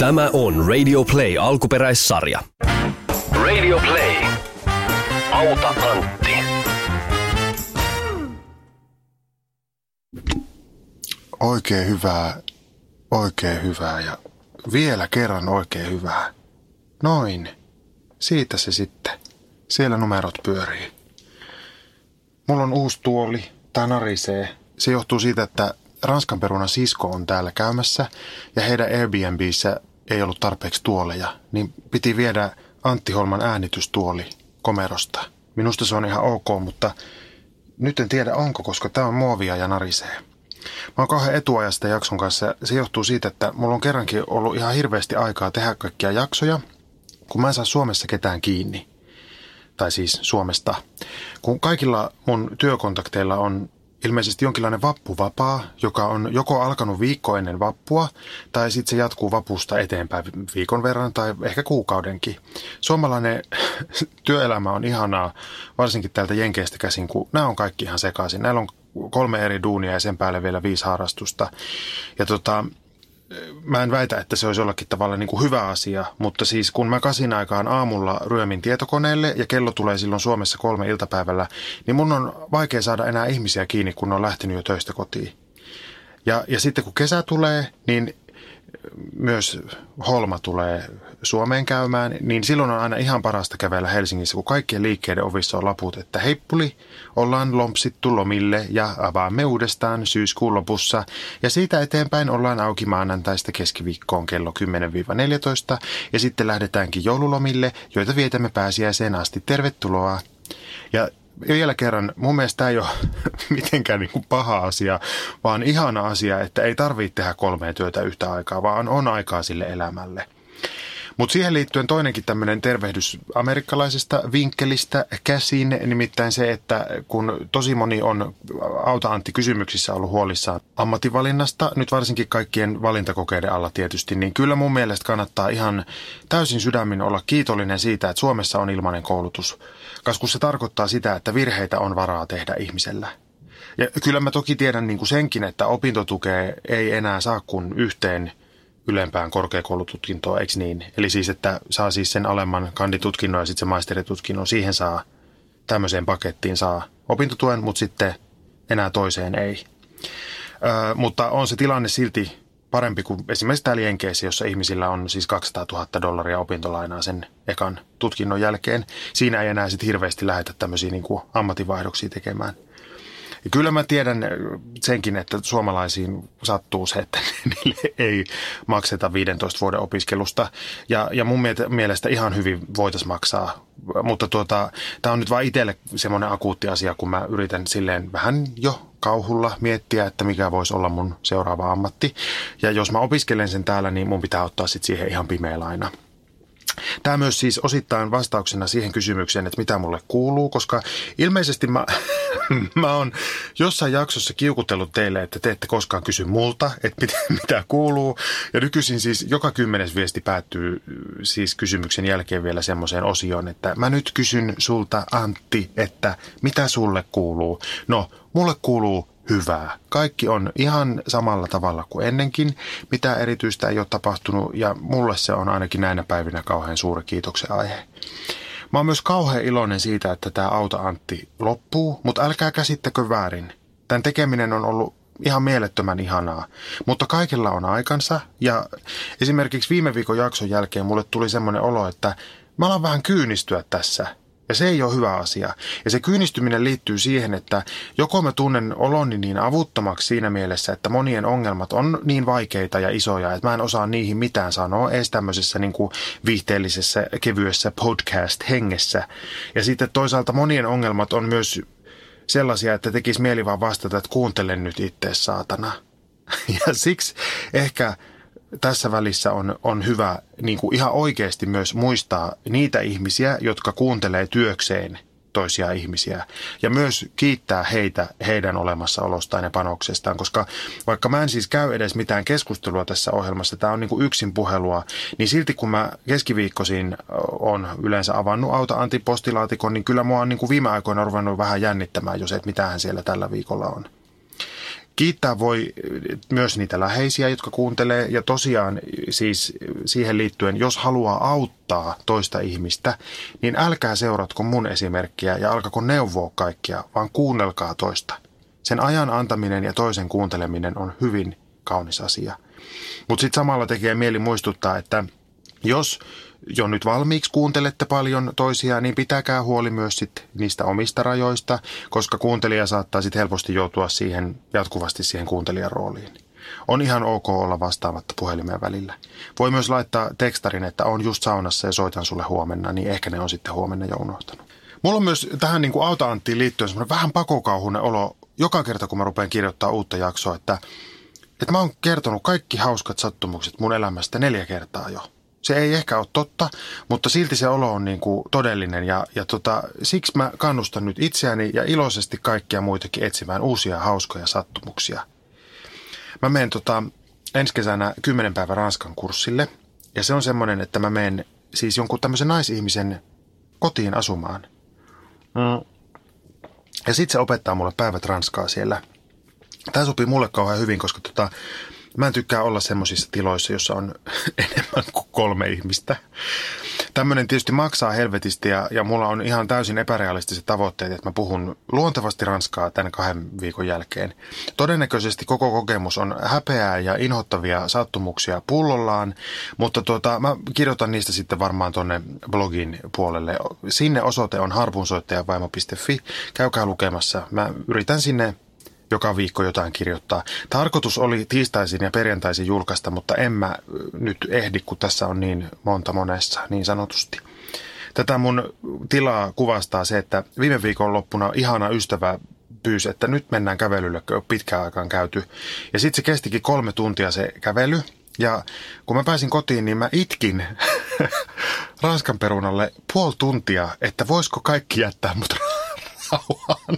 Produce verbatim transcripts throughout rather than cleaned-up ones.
Tämä on Radio Play alkuperäissarja. Radio Play. Auta Antti. Oikein hyvää, oikein hyvää ja vielä kerran oikein hyvää. Noin. Siitä se sitten. Siellä numerot pyörii. Mulla on uusi tuoli. Tää narisee. Se johtuu siitä, että Ranskan perunan sisko on täällä käymässä ja heidän Airbnbissä ei ollut tarpeeksi tuoleja, niin piti viedä Antti Holman äänitystuoli komerosta. Minusta se on ihan ok, mutta nyt en tiedä onko, koska tää on muovia ja narisee. Mä oon kauhean etuajasta jakson kanssa. Se johtuu siitä, että mulla on kerrankin ollut ihan hirveästi aikaa tehdä kaikkia jaksoja, kun mä en saa Suomessa ketään kiinni. Tai siis Suomesta. Kun kaikilla mun työkontakteilla on ilmeisesti jonkinlainen vappuvapaa, joka on joko alkanut viikko ennen vappua, tai sitten se jatkuu vapusta eteenpäin viikon verran tai ehkä kuukaudenkin. Suomalainen työelämä on ihanaa, varsinkin täältä Jenkeistä käsin, kun nämä on kaikki ihan sekaisin. Näillä on kolme eri duunia ja sen päälle vielä viisi harrastusta. Ja tota, mä en väitä, että se olisi jollakin tavalla niin kuin hyvä asia, mutta siis kun mä kasin aikaan aamulla ryömin tietokoneelle ja kello tulee silloin Suomessa kolme iltapäivällä, niin mun on vaikea saada enää ihmisiä kiinni, kun ne on lähtenyt jo töistä kotiin. Ja, ja sitten kun kesä tulee, niin myös Holma tulee Suomeen käymään, niin silloin on aina ihan parasta kävellä Helsingissä, kun kaikkien liikkeiden ovissa on laput, että heippuli, ollaan lompsittu lomille ja avaamme uudestaan syyskuun lopussa. Ja siitä eteenpäin ollaan auki maanantaista keskiviikkoon kello kymmenen neljätoista ja sitten lähdetäänkin joululomille, joita vietämme pääsiäiseen asti. Tervetuloa! Ja vielä kerran, mun mielestä tämä ei ole mitenkään niin kuin paha asia, vaan ihana asia, että ei tarvitse tehdä kolmea työtä yhtä aikaa, vaan on aikaa sille elämälle. Mutta siihen liittyen toinenkin tämmöinen tervehdys amerikkalaisesta vinkkelistä käsin, nimittäin se, että kun tosi moni on Auta Antti -kysymyksissä ollut huolissaan ammatinvalinnasta, nyt varsinkin kaikkien valintakokeiden alla tietysti, niin kyllä mun mielestä kannattaa ihan täysin sydämin olla kiitollinen siitä, että Suomessa on ilmainen koulutus, koska se tarkoittaa sitä, että virheitä on varaa tehdä ihmisellä. Ja kyllä mä toki tiedän niin kuin senkin, että opintotukea ei enää saa kuin yhteen ylempään korkeakoulututkintoon, eikö niin? Eli siis, että saa siis sen alemman kanditutkinnon ja sitten se maisteritutkinnon, siihen saa, tämmöiseen pakettiin saa opintotuen, mutta sitten enää toiseen ei. Ö, mutta on se tilanne silti parempi kuin esimerkiksi täällä Jenkeissä, jossa ihmisillä on siis kaksisataatuhatta dollaria opintolainaa sen ekan tutkinnon jälkeen. Siinä ei enää sitten hirveästi lähetä tämmöisiä niin kuin ammatinvaihdoksia tekemään. Ja kyllä mä tiedän senkin, että suomalaisiin sattuu se, että niille ei makseta viidentoista vuoden opiskelusta. Ja, ja mun mielestä ihan hyvin voitaisiin maksaa. Mutta tuota, tämä on nyt vaan itselle semmoinen akuutti asia, kun mä yritän silleen vähän jo kauhulla miettiä, että mikä voisi olla mun seuraava ammatti. Ja jos mä opiskelen sen täällä, niin mun pitää ottaa sitten siihen ihan pimeä laina. Tämä myös siis osittain vastauksena siihen kysymykseen, että mitä mulle kuuluu, koska ilmeisesti mä, mä oon jossain jaksossa kiukutellut teille, että te ette koskaan kysy multa, että mitä, mitä kuuluu. Ja nykyisin siis joka kymmenes viesti päättyy siis kysymyksen jälkeen vielä semmoiseen osioon, että mä nyt kysyn sulta, Antti, että mitä sulle kuuluu. No, mulle kuuluu hyvää. Kaikki on ihan samalla tavalla kuin ennenkin. Mitään erityistä ei ole tapahtunut ja mulle se on ainakin näinä päivinä kauhean suuri kiitoksen aihe. Mä oon myös kauhean iloinen siitä, että tämä Auta Antti loppuu, mutta älkää käsittäkö väärin. Tämän tekeminen on ollut ihan mielettömän ihanaa, mutta kaikilla on aikansa ja esimerkiksi viime viikon jakson jälkeen mulle tuli semmoinen olo, että mä alan vähän kyynistyä tässä. Ja se ei ole hyvä asia. Ja se kyynistyminen liittyy siihen, että joko mä tunnen oloni niin avuttomaksi siinä mielessä, että monien ongelmat on niin vaikeita ja isoja, että mä en osaa niihin mitään sanoa edes tämmöisessä niin kuin viihteellisessä, kevyessä podcast-hengessä. Ja sitten toisaalta monien ongelmat on myös sellaisia, että tekisi mieli vaan vastata, että kuuntelen nyt itse saatana. Ja siksi ehkä tässä välissä on, on hyvä niin kuin ihan oikeasti myös muistaa niitä ihmisiä, jotka kuuntelee työkseen toisia ihmisiä. Ja myös kiittää heitä heidän olemassaolostaan ja panoksestaan, koska vaikka mä en siis käy edes mitään keskustelua tässä ohjelmassa, tämä on niin kuin yksin puhelua, niin silti kun mä keskiviikkoisin on yleensä avannut Auta Antin postilaatikon, niin kyllä mua on niin kuin viime aikoina ruvennut vähän jännittämään jo se, että mitähän siellä tällä viikolla on. Kiittää voi myös niitä läheisiä, jotka kuuntelee, ja tosiaan siis siihen liittyen, jos haluaa auttaa toista ihmistä, niin älkää seuratko mun esimerkkiä ja alkako neuvoa kaikkia, vaan kuunnelkaa toista. Sen ajan antaminen ja toisen kuunteleminen on hyvin kaunis asia. Mutta sitten samalla tekee mieli muistuttaa, että jos jo nyt valmiiksi kuuntelette paljon toisia, niin pitäkää huoli myös sit niistä omista rajoista, koska kuuntelija saattaa sitten helposti joutua siihen jatkuvasti siihen kuuntelijan rooliin. On ihan ok olla vastaamatta puhelimeen välillä. Voi myös laittaa tekstarin, että on just saunassa ja soitan sulle huomenna, niin ehkä ne on sitten huomenna jo unohtanut. Mulla on myös tähän niin kuin Auta Anttiin liittyen semmoinen vähän pakokauhunen olo joka kerta, kun mä rupean kirjoittaa uutta jaksoa, että, että mä oon kertonut kaikki hauskat sattumukset mun elämästä neljä kertaa jo. Se ei ehkä ole totta, mutta silti se olo on niin kuin todellinen ja, ja tota, siksi mä kannustan nyt itseäni ja iloisesti kaikkia muitakin etsimään uusia hauskoja sattumuksia. Mä menen tota, ensi kesänä kymmenen päivän Ranskan kurssille ja se on semmoinen, että mä menen siis jonkun tämmöisen naisihmisen kotiin asumaan. Mm. Ja sit se opettaa mulle päivät ranskaa siellä. Tää sopii mulle kauhean hyvin, koska tota, mä en tykkää olla semmoisissa tiloissa, jossa on enemmän kuin kolme ihmistä. Tämmöinen tietysti maksaa helvetisti ja, ja mulla on ihan täysin epärealistiset tavoitteet, että mä puhun luontevasti ranskaa tämän kahden viikon jälkeen. Todennäköisesti koko kokemus on häpeää ja inhottavia sattumuksia pullollaan, mutta tuota, mä kirjoitan niistä sitten varmaan tonne blogin puolelle. Sinne osoite on harpunsoittajavaimo piste fi. Käykää lukemassa. Mä yritän sinne joka viikko jotain kirjoittaa. Tarkoitus oli tiistaisin ja perjantaisin julkaista, mutta en mä nyt ehdi, kun tässä on niin monta monessa, niin sanotusti. Tätä mun tilaa kuvastaa se, että viime viikon loppuna ihana ystävä pyysi, että nyt mennään kävelylle, kun on pitkään aikaan käyty. Ja sitten se kestikin kolme tuntia se kävely. Ja kun mä pääsin kotiin, niin mä itkin Ranskan perunalle puoli tuntia, että voisiko kaikki jättää mut rauhaan.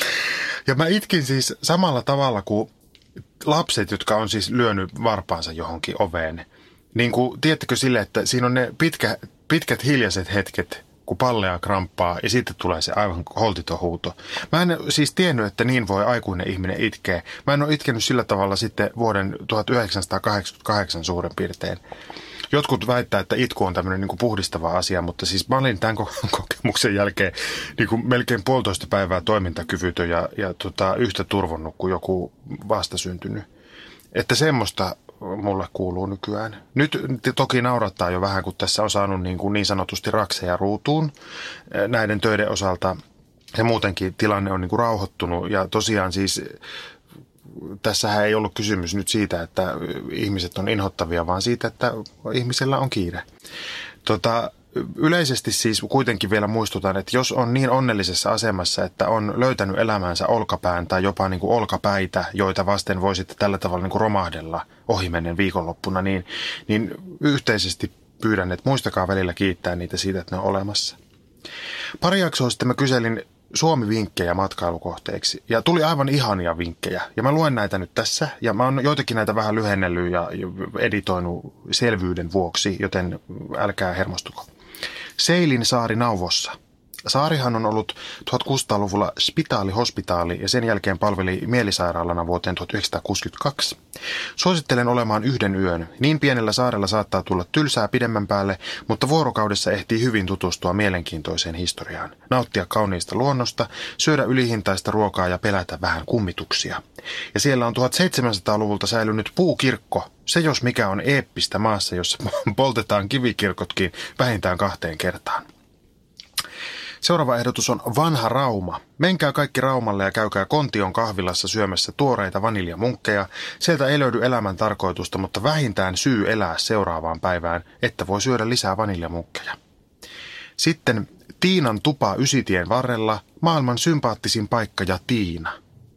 Ja mä itkin siis samalla tavalla kuin lapset, jotka on siis lyönyt varpaansa johonkin oveen. Niin kuin, tiedättekö sille, että siinä on ne pitkä, pitkät hiljaiset hetket, kun pallea kramppaa ja sitten tulee se aivan holtiton huuto. Mä en siis tiennyt, että niin voi aikuinen ihminen itkeä. Mä en ole itkenyt sillä tavalla sitten vuoden tuhatyhdeksänsataakahdeksankymmentäkahdeksan suurin piirtein. Jotkut väittää, että itku on tämmöinen niin kuin puhdistava asia, mutta siis mä olin tämän kokemuksen jälkeen niin kuin melkein puolitoista päivää toimintakyvytön ja, ja tota, yhtä turvonnut kuin joku vastasyntynyt. Että semmoista mulle kuuluu nykyään. Nyt toki naurattaa jo vähän, kun tässä on saanut niin, kuin niin sanotusti rakseja ruutuun näiden töiden osalta. Ja muutenkin tilanne on niin kuin rauhoittunut ja tosiaan siis tässähän ei ollut kysymys nyt siitä, että ihmiset on inhottavia, vaan siitä, että ihmisellä on kiire. Tota, yleisesti siis kuitenkin vielä muistutan, että jos on niin onnellisessa asemassa, että on löytänyt elämänsä olkapään tai jopa niin kuin olkapäitä, joita vasten voi sitten tällä tavalla niin kuin romahdella ohimennen viikonloppuna, niin, niin yhteisesti pyydän, että muistakaa välillä kiittää niitä siitä, että ne on olemassa. Pari jaksoa sitten mä kyselin Suomi-vinkkejä matkailukohteeksi. Ja tuli aivan ihania vinkkejä. Ja mä luen näitä nyt tässä. Ja mä oon joitakin näitä vähän lyhennellyt ja editoinut selvyyden vuoksi, joten älkää hermostuko. Seilin saari Nauvossa. Saarihan on ollut tuhatkuusisataaluvulla spitaali-hospitaali ja sen jälkeen palveli mielisairaalana vuoteen tuhatyhdeksänsataakuusikymmentäkaksi. Suosittelen olemaan yhden yön. Niin pienellä saarella saattaa tulla tylsää pidemmän päälle, mutta vuorokaudessa ehtii hyvin tutustua mielenkiintoiseen historiaan. Nauttia kauniista luonnosta, syödä ylihintaista ruokaa ja pelätä vähän kummituksia. Ja siellä on tuhatseitsemänsataaluvulta säilynyt puukirkko. Se jos mikä on eeppistä maassa, jossa poltetaan kivikirkotkin vähintään kahteen kertaan. Seuraava ehdotus on vanha Rauma. Menkää kaikki Raumalle ja käykää Kontion kahvilassa syömässä tuoreita vaniljamunkkeja. Sieltä ei löydy elämän tarkoitusta, mutta vähintään syy elää seuraavaan päivään, että voi syödä lisää vaniljamunkkeja. Sitten Tiinan tupa Ysitien varrella, maailman sympaattisin paikka ja Tiina.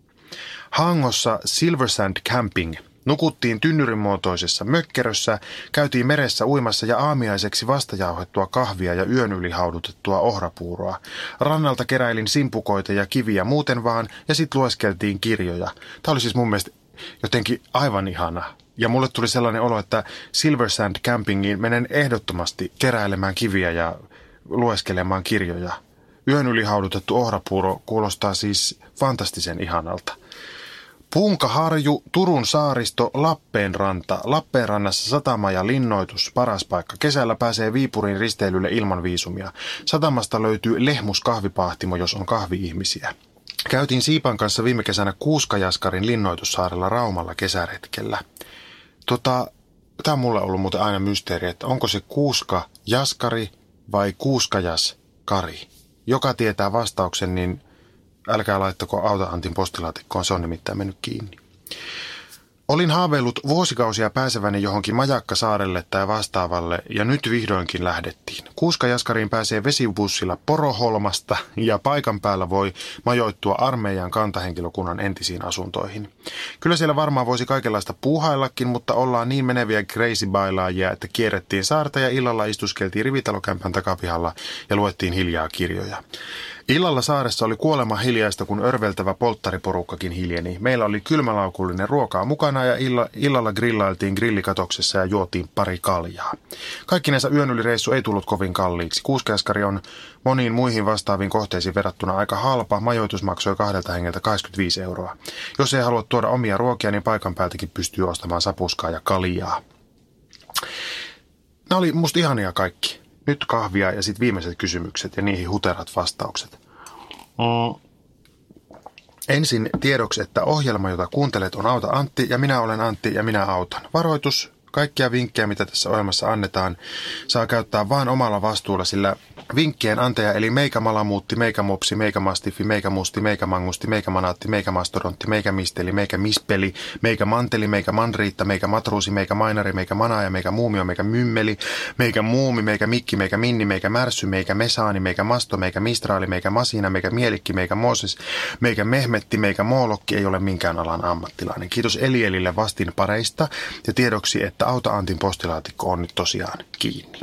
Hangossa Silversand Camping. Nukuttiin tynnyrinmuotoisessa mökkerössä, käytiin meressä uimassa ja aamiaiseksi vastajauhettua kahvia ja yön yli haudutettua ohrapuuroa. Rannalta keräilin simpukoita ja kiviä muuten vaan ja sit lueskeltiin kirjoja. Tämä oli siis mun mielestä jotenkin aivan ihana. Ja mulle tuli sellainen olo, että Silversand Campingiin menen ehdottomasti keräilemään kiviä ja lueskelemaan kirjoja. Yön yli haudutettu ohrapuuro kuulostaa siis fantastisen ihanalta. Punkaharju, Turun saaristo, Lappeenranta. Lappeenrannassa satama ja linnoitus, paras paikka. Kesällä pääsee Viipurin risteilylle ilman viisumia. Satamasta löytyy Lehmus kahvipahtimo, jos on kahvi-ihmisiä. Käytiin Siipan kanssa viime kesänä Kuuskajaskarin linnoitussaarella Raumalla kesäretkellä. Tota, tämä on mulle ollut muuten aina mysteeri, että onko se Kuuskajaskari vai Kuuskajaskari. Joka tietää vastauksen, niin älkää laittako Auta Antin postilaatikkoon, se on nimittäin mennyt kiinni. Olin haaveillut vuosikausia pääseväni johonkin Majakkasaarelle tai vastaavalle, ja nyt vihdoinkin lähdettiin. Kuuskajaskariin pääsee vesibussilla Poroholmasta, ja paikan päällä voi majoittua armeijan kantahenkilökunnan entisiin asuntoihin. Kyllä siellä varmaan voisi kaikenlaista puuhaillakin, mutta ollaan niin meneviä crazy bailaajia, että kierrettiin saarta ja illalla istuskeltiin rivitalokämpän takapihalla ja luettiin hiljaa kirjoja. Illalla saaressa oli kuolema hiljaista, kun örveltävä polttariporukkakin hiljeni. Meillä oli kylmälaukullinen ruokaa mukana ja illa, illalla grillailtiin grillikatoksessa ja juotiin pari kaljaa. Kaikkinensa yön yli reissu ei tullut kovin kalliiksi. Kuuskajaskari on moniin muihin vastaaviin kohteisiin verrattuna aika halpa. Majoitus maksoi kahdelta hengeltä kaksikymmentäviisi euroa. Jos ei halua tuoda omia ruokia, niin paikan päältäkin pystyy ostamaan sapuskaa ja kaljaa. Nämä oli musta ihania kaikki. Nyt kahvia ja sitten viimeiset kysymykset ja niihin huterat vastaukset. Mm. Ensin tiedoksi, että ohjelma, jota kuuntelet, on Auta Antti ja minä olen Antti ja minä autan. Varoitus, kaikkia vinkkejä, mitä tässä ohjelmassa annetaan, saa käyttää vain omalla vastuulla, sillä vinkkien antaja eli meikä malamuutti, meikä mopsi, meikä mastifi, meikä musti, meikä mangusti, meikä manaatti, meikä mastodontti, meikä misteli, meikä mispeli, meikä manteli, meikä manriitta, meikä matruusi, meikä mainari, meikä manaaja, meikä muumio, meikä mymmeli, meikä muumi, meikä mikki, meikä minni, meikä märssy, meikä mesaani, meikä masto, meikä mistraali, meikä masina, meikä mielikki, meikä Mooses, meikä mehmetti, meikä moolokki ei ole minkään alan ammattilainen. Kiitos Elielille vastinpareista ja tiedoksi, että Auta Antin postilaatikko on nyt tosiaan kiinni.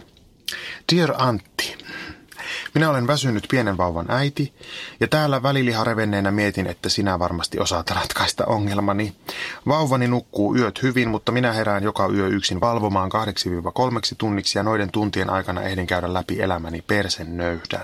Dear Antti, minä olen väsynyt pienen vauvan äiti ja täällä väliliharevenneenä mietin, että sinä varmasti osaat ratkaista ongelmani. Vauvani nukkuu yöt hyvin, mutta minä herään joka yö yksin valvomaan kahdeksi kolmeksi tunniksi ja noiden tuntien aikana ehdin käydä läpi elämäni persen nöydän.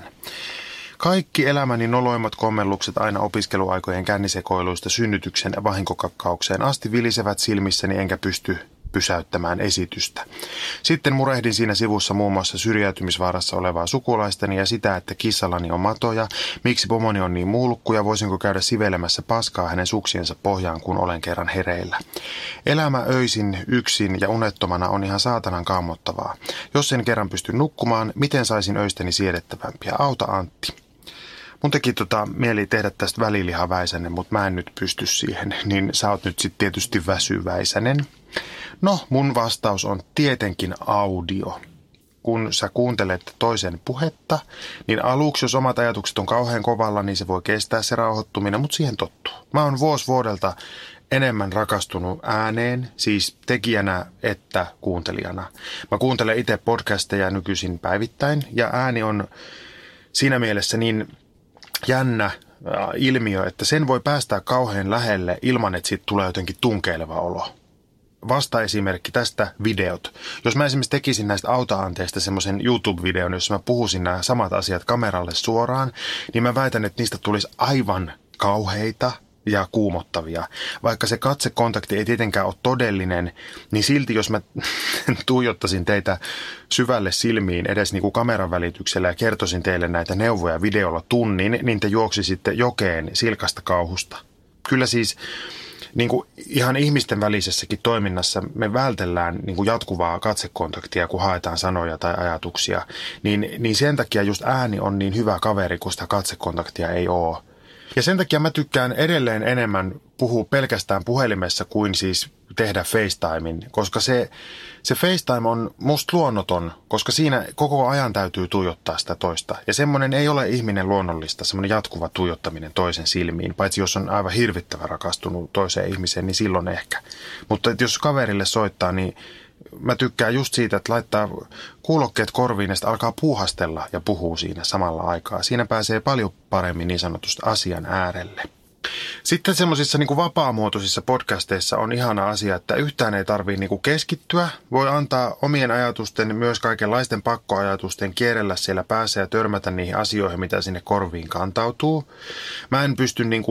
Kaikki elämäni noloimmat kommellukset aina opiskeluaikojen kännisekoiluista synnytyksen ja vahinkokakkaukseen asti vilisevät silmissäni enkä pysty pysäyttämään esitystä. Sitten murehdin siinä sivussa muun muassa syrjäytymisvaarassa olevaa sukulaistani ja sitä, että kissallani on matoja, miksi pomoni on niin mulkku ja voisinko käydä sivelemässä paskaa hänen suksiensa pohjaan, kun olen kerran hereillä. Elämä öisin, yksin ja unettomana on ihan saatanan kammottavaa. Jos en kerran pysty nukkumaan, miten saisin öistäni siedettävämpiä? Auta Antti. Mun teki tota mieli tehdä tästä välilihaväisänen, mutta mä en nyt pysty siihen, niin sä oot nyt sitten tietysti väsyväisänen. No, mun vastaus on tietenkin audio. Kun sä kuuntelet toisen puhetta, niin aluksi, jos omat ajatukset on kauhean kovalla, niin se voi kestää se rauhoittuminen, mutta siihen tottuu. Mä oon vuosi vuodelta enemmän rakastunut ääneen, siis tekijänä että kuuntelijana. Mä kuuntelen itse podcasteja nykyisin päivittäin, ja ääni on siinä mielessä niin jännä ilmiö, että sen voi päästää kauhean lähelle ilman, että siitä tulee jotenkin tunkeileva olo. Vasta-esimerkki tästä videot. Jos mä esimerkiksi tekisin näistä auta-anteista semmoisen YouTube-videon, jossa mä puhuisin nämä samat asiat kameralle suoraan, niin mä väitän, että niistä tulisi aivan kauheita ja kuumottavia. Vaikka se katsekontakti ei tietenkään ole todellinen, niin silti jos mä tuijottaisin teitä syvälle silmiin edes niin kuin kameran välityksellä ja kertoisin teille näitä neuvoja videolla tunnin, niin te juoksisitte jokeen silkasta kauhusta. Kyllä siis niin kuin ihan ihmisten välisessäkin toiminnassa me vältellään niin kuin jatkuvaa katsekontaktia, kun haetaan sanoja tai ajatuksia, niin, niin sen takia just ääni on niin hyvä kaveri, kun sitä katsekontaktia ei ole. Ja sen takia mä tykkään edelleen enemmän puhua pelkästään puhelimessa kuin siis tehdä FaceTimein, koska se, se FaceTime on musta luonnoton, koska siinä koko ajan täytyy tuijottaa sitä toista. Ja semmoinen ei ole ihminen luonnollista, semmoinen jatkuva tuijottaminen toisen silmiin, paitsi jos on aivan hirvittävä rakastunut toiseen ihmiseen, niin silloin ehkä. Mutta jos kaverille soittaa, niin mä tykkään just siitä, että laittaa kuulokkeet korviin ja sitten alkaa puuhastella ja puhuu siinä samalla aikaa. Siinä pääsee paljon paremmin niin sanotusti asian äärelle. Sitten semmoisissa niin kuin vapaamuotoisissa podcasteissa on ihana asia, että yhtään ei tarvitse niin kuin keskittyä. Voi antaa omien ajatusten, myös kaikenlaisten pakkoajatusten kierrellä siellä päässä ja törmätä niihin asioihin, mitä sinne korviin kantautuu. Mä en pysty niin kuin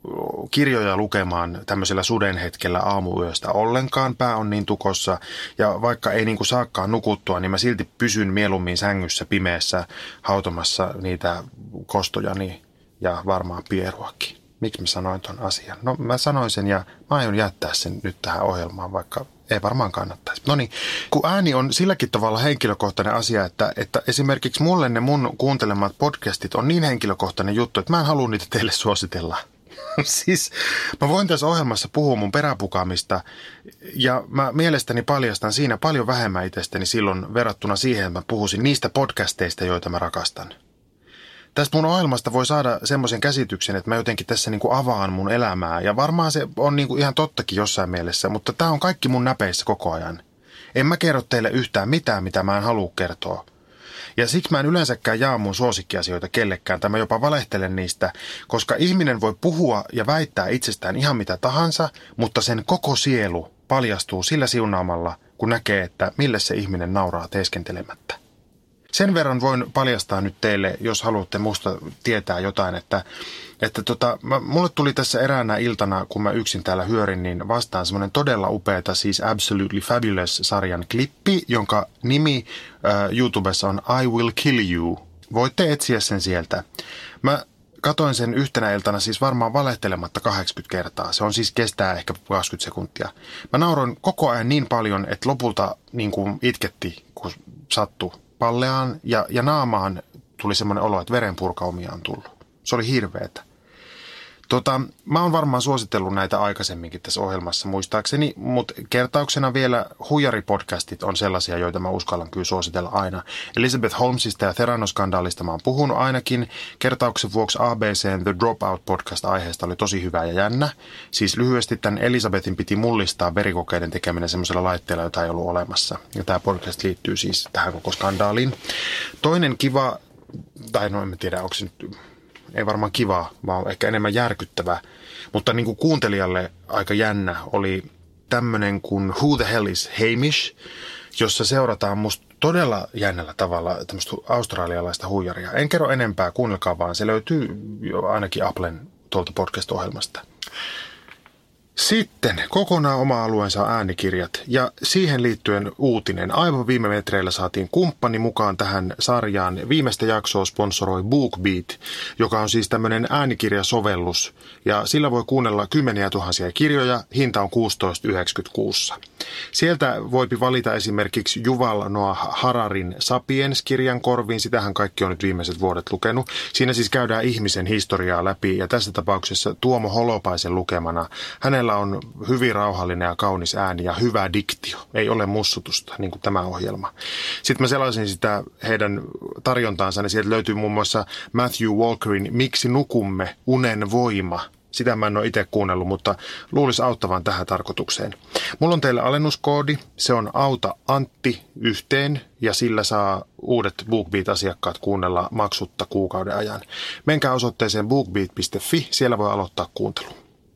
kirjoja lukemaan tämmöisellä sudenhetkellä aamuyöstä ollenkaan. Pää on niin tukossa ja vaikka ei niin kuin saakaan nukuttua, niin mä silti pysyn mieluummin sängyssä pimeässä hautomassa niitä kostojani ja varmaan pieruakin. Miksi mä sanoin ton asian? No mä sanoin sen ja mä aion jättää sen nyt tähän ohjelmaan, vaikka ei varmaan kannattaisi. No niin, kun ääni on silläkin tavalla henkilökohtainen asia, että, että esimerkiksi mulle ne mun kuuntelemat podcastit on niin henkilökohtainen juttu, että mä en halua niitä teille suositella. Siis mä voin tässä ohjelmassa puhua mun peräpukaamista ja mä mielestäni paljastan siinä paljon vähemmän itsestäni silloin verrattuna siihen, että mä puhuisin niistä podcasteista, joita mä rakastan. Tästä mun ohjelmasta voi saada semmoisen käsityksen, että mä jotenkin tässä niinku avaan mun elämää. Ja varmaan se on niinku ihan tottakin jossain mielessä, mutta tää on kaikki mun näpeissä koko ajan. En mä kerro teille yhtään mitään, mitä mä en halua kertoa. Ja siksi mä en yleensäkään jaa mun suosikkiasioita kellekään, tai mä jopa valehtelen niistä, koska ihminen voi puhua ja väittää itsestään ihan mitä tahansa, mutta sen koko sielu paljastuu sillä siunaamalla, kun näkee, että mille se ihminen nauraa teeskentelemättä. Sen verran voin paljastaa nyt teille, jos haluatte musta tietää jotain, että, että tota, mä, mulle tuli tässä eräänä iltana, kun mä yksin täällä hyörin, niin vastaan semmoinen todella upeata, siis Absolutely Fabulous-sarjan klippi, jonka nimi äh, YouTubessa on I Will Kill You. Voitte etsiä sen sieltä. Mä katoin sen yhtenä iltana siis varmaan valehtelematta kahdeksankymmentä kertaa. Se on siis kestää ehkä kaksikymmentä sekuntia. Mä nauroin koko ajan niin paljon, että lopulta niin kuin itketti, kun sattui palleaan ja, ja naamaan tuli semmoinen olo, että verenpurkaumia on tullut. Se oli hirveetä. Tota, mä oon varmaan suositellut näitä aikaisemminkin tässä ohjelmassa muistaakseni, mutta kertauksena vielä huijaripodcastit on sellaisia, joita mä uskallan kyllä suositella aina. Elizabeth Holmesista ja Theranos-skandaalista mä oon puhunut ainakin. Kertauksen vuoksi A B C:n The Dropout podcast aiheesta oli tosi hyvä ja jännä. Siis lyhyesti tämän Elizabethin piti mullistaa verikokeiden tekeminen semmoisella laitteella, jota ei ollut olemassa. Ja tämä podcast liittyy siis tähän koko skandaaliin. Toinen kiva, tai no en tiedä, onko se nyt... Ei varmaan kivaa, vaan ehkä enemmän järkyttävää. Mutta niin kuin kuuntelijalle aika jännä oli tämmöinen kuin Who the Hell is Hamish, jossa seurataan musta todella jännällä tavalla tämmöistä australialaista huijaria. En kerro enempää, kuunnelkaa vaan. Se löytyy jo ainakin Applen tuolta podcast-ohjelmasta. Sitten kokonaan oma alueensa äänikirjat ja siihen liittyen uutinen. Aivan viime metreillä saatiin kumppani mukaan tähän sarjaan. Viimeistä jaksoa sponsoroi BookBeat, joka on siis tämmöinen äänikirjasovellus. Ja sillä voi kuunnella kymmeniä tuhansia kirjoja, hinta on kuusitoista yhdeksänkymmentäkuusi. Sieltä voipi valita esimerkiksi Yuval Noah Hararin Sapiens-kirjan korviin. Sitähän kaikki on nyt viimeiset vuodet lukenut. Siinä siis käydään ihmisen historiaa läpi ja tässä tapauksessa Tuomo Holopaisen lukemana. Hänellä on hyvin rauhallinen ja kaunis ääni ja hyvä diktio. Ei ole mussutusta, niin kuin tämä ohjelma. Sitten mä selaisin sitä heidän tarjontaansa, niin sieltä löytyy muun muassa Matthew Walkerin Miksi nukumme? Unen voima. Sitä mä en ole itse kuunnellut, mutta luulisi auttavan tähän tarkoitukseen. Mulla on teille alennuskoodi. Se on Auta Antti yhteen ja sillä saa uudet BookBeat-asiakkaat kuunnella maksutta kuukauden ajan. Menkää osoitteeseen bookbeat piste fi, siellä voi aloittaa kuuntelu.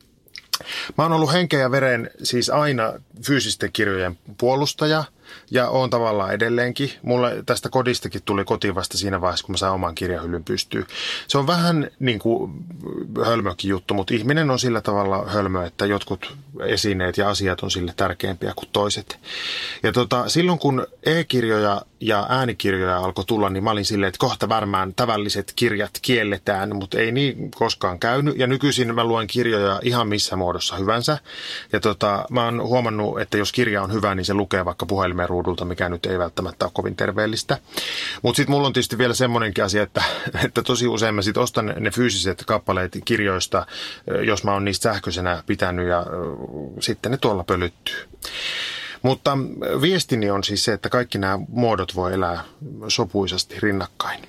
Mä oon ollut henkeä ja veren siis aina fyysisten kirjojen puolustaja ja oon tavallaan edelleenkin. Mulle tästä kodistakin tuli kotiin vasta siinä vaiheessa, kun mä sain oman kirjahyllyn pystyyn. Se on vähän niin kuin hölmökin juttu, mutta ihminen on sillä tavalla hölmö, että jotkut esineet ja asiat on sille tärkeämpiä kuin toiset. Ja tota, silloin kun e-kirjoja ja äänikirjoja alkoi tulla, niin mä olin silleen, että kohta varmaan tavalliset kirjat kielletään, mutta ei niin koskaan käynyt. Ja nykyisin mä luen kirjoja ihan missä muodossa hyvänsä. Ja tota, mä oon huomannut, että jos kirja on hyvä, niin se lukee vaikka puhelimen ruudulta, mikä nyt ei välttämättä ole kovin terveellistä. Mutta sitten mulla on tietysti vielä semmoinenkin asia, että, että tosi usein mä sit ostan ne fyysiset kappaleet kirjoista, jos mä oon niistä sähköisenä pitänyt ja sitten ne tuolla pölyttyy. Mutta viestini on siis se, että kaikki nämä muodot voi elää sopuisasti rinnakkain.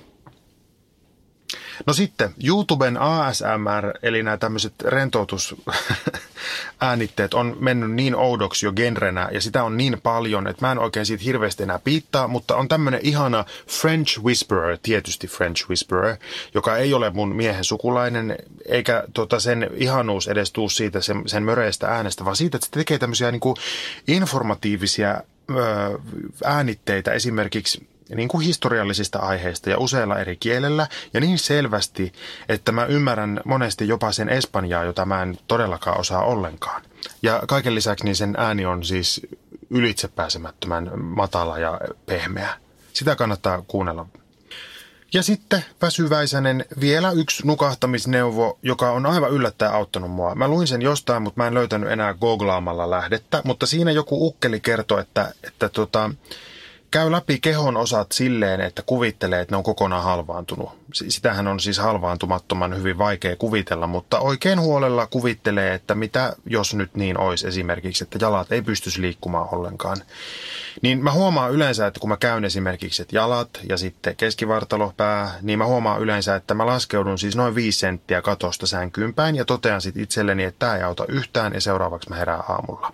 No sitten, YouTuben A S M R, eli nämä tämmöiset rentoutusäänitteet on mennyt niin oudoksi jo genrenä, ja sitä on niin paljon, että mä en oikein siitä hirveästi enää piittaa, mutta on tämmöinen ihana French Whisperer, tietysti French Whisperer, joka ei ole mun miehen sukulainen, eikä tota sen ihanuus edes tuu siitä sen, sen möreistä äänestä, vaan siitä, että se tekee tämmöisiä niin kuin informatiivisia öö, äänitteitä esimerkiksi niin kuin historiallisista aiheista ja useilla eri kielellä ja niin selvästi, että mä ymmärrän monesti jopa sen espanjaa, jota mä en todellakaan osaa ollenkaan. Ja kaiken lisäksi niin sen ääni on siis ylitsepääsemättömän matala ja pehmeä. Sitä kannattaa kuunnella. Ja sitten väsyväisänen vielä yksi nukahtamisneuvo, joka on aivan yllättäen auttanut mua. Mä luin sen jostain, mutta mä en löytänyt enää googlaamalla lähdettä, mutta siinä joku ukkeli kertoi, että, että tota, käy läpi kehon osat silleen, että kuvittelee, että ne on kokonaan halvaantunut. Sitähän on siis halvaantumattoman hyvin vaikea kuvitella, mutta oikein huolella kuvittelee, että mitä jos nyt niin olisi esimerkiksi, että jalat ei pystyisi liikkumaan ollenkaan. Niin mä huomaan yleensä, että kun mä käyn esimerkiksi että jalat ja sitten keskivartalo, pää, niin mä huomaan yleensä, että mä laskeudun siis noin viisi senttiä katosta sänkyyn päin ja totean sitten itselleni, että tää ei auta yhtään ja seuraavaksi mä herään aamulla.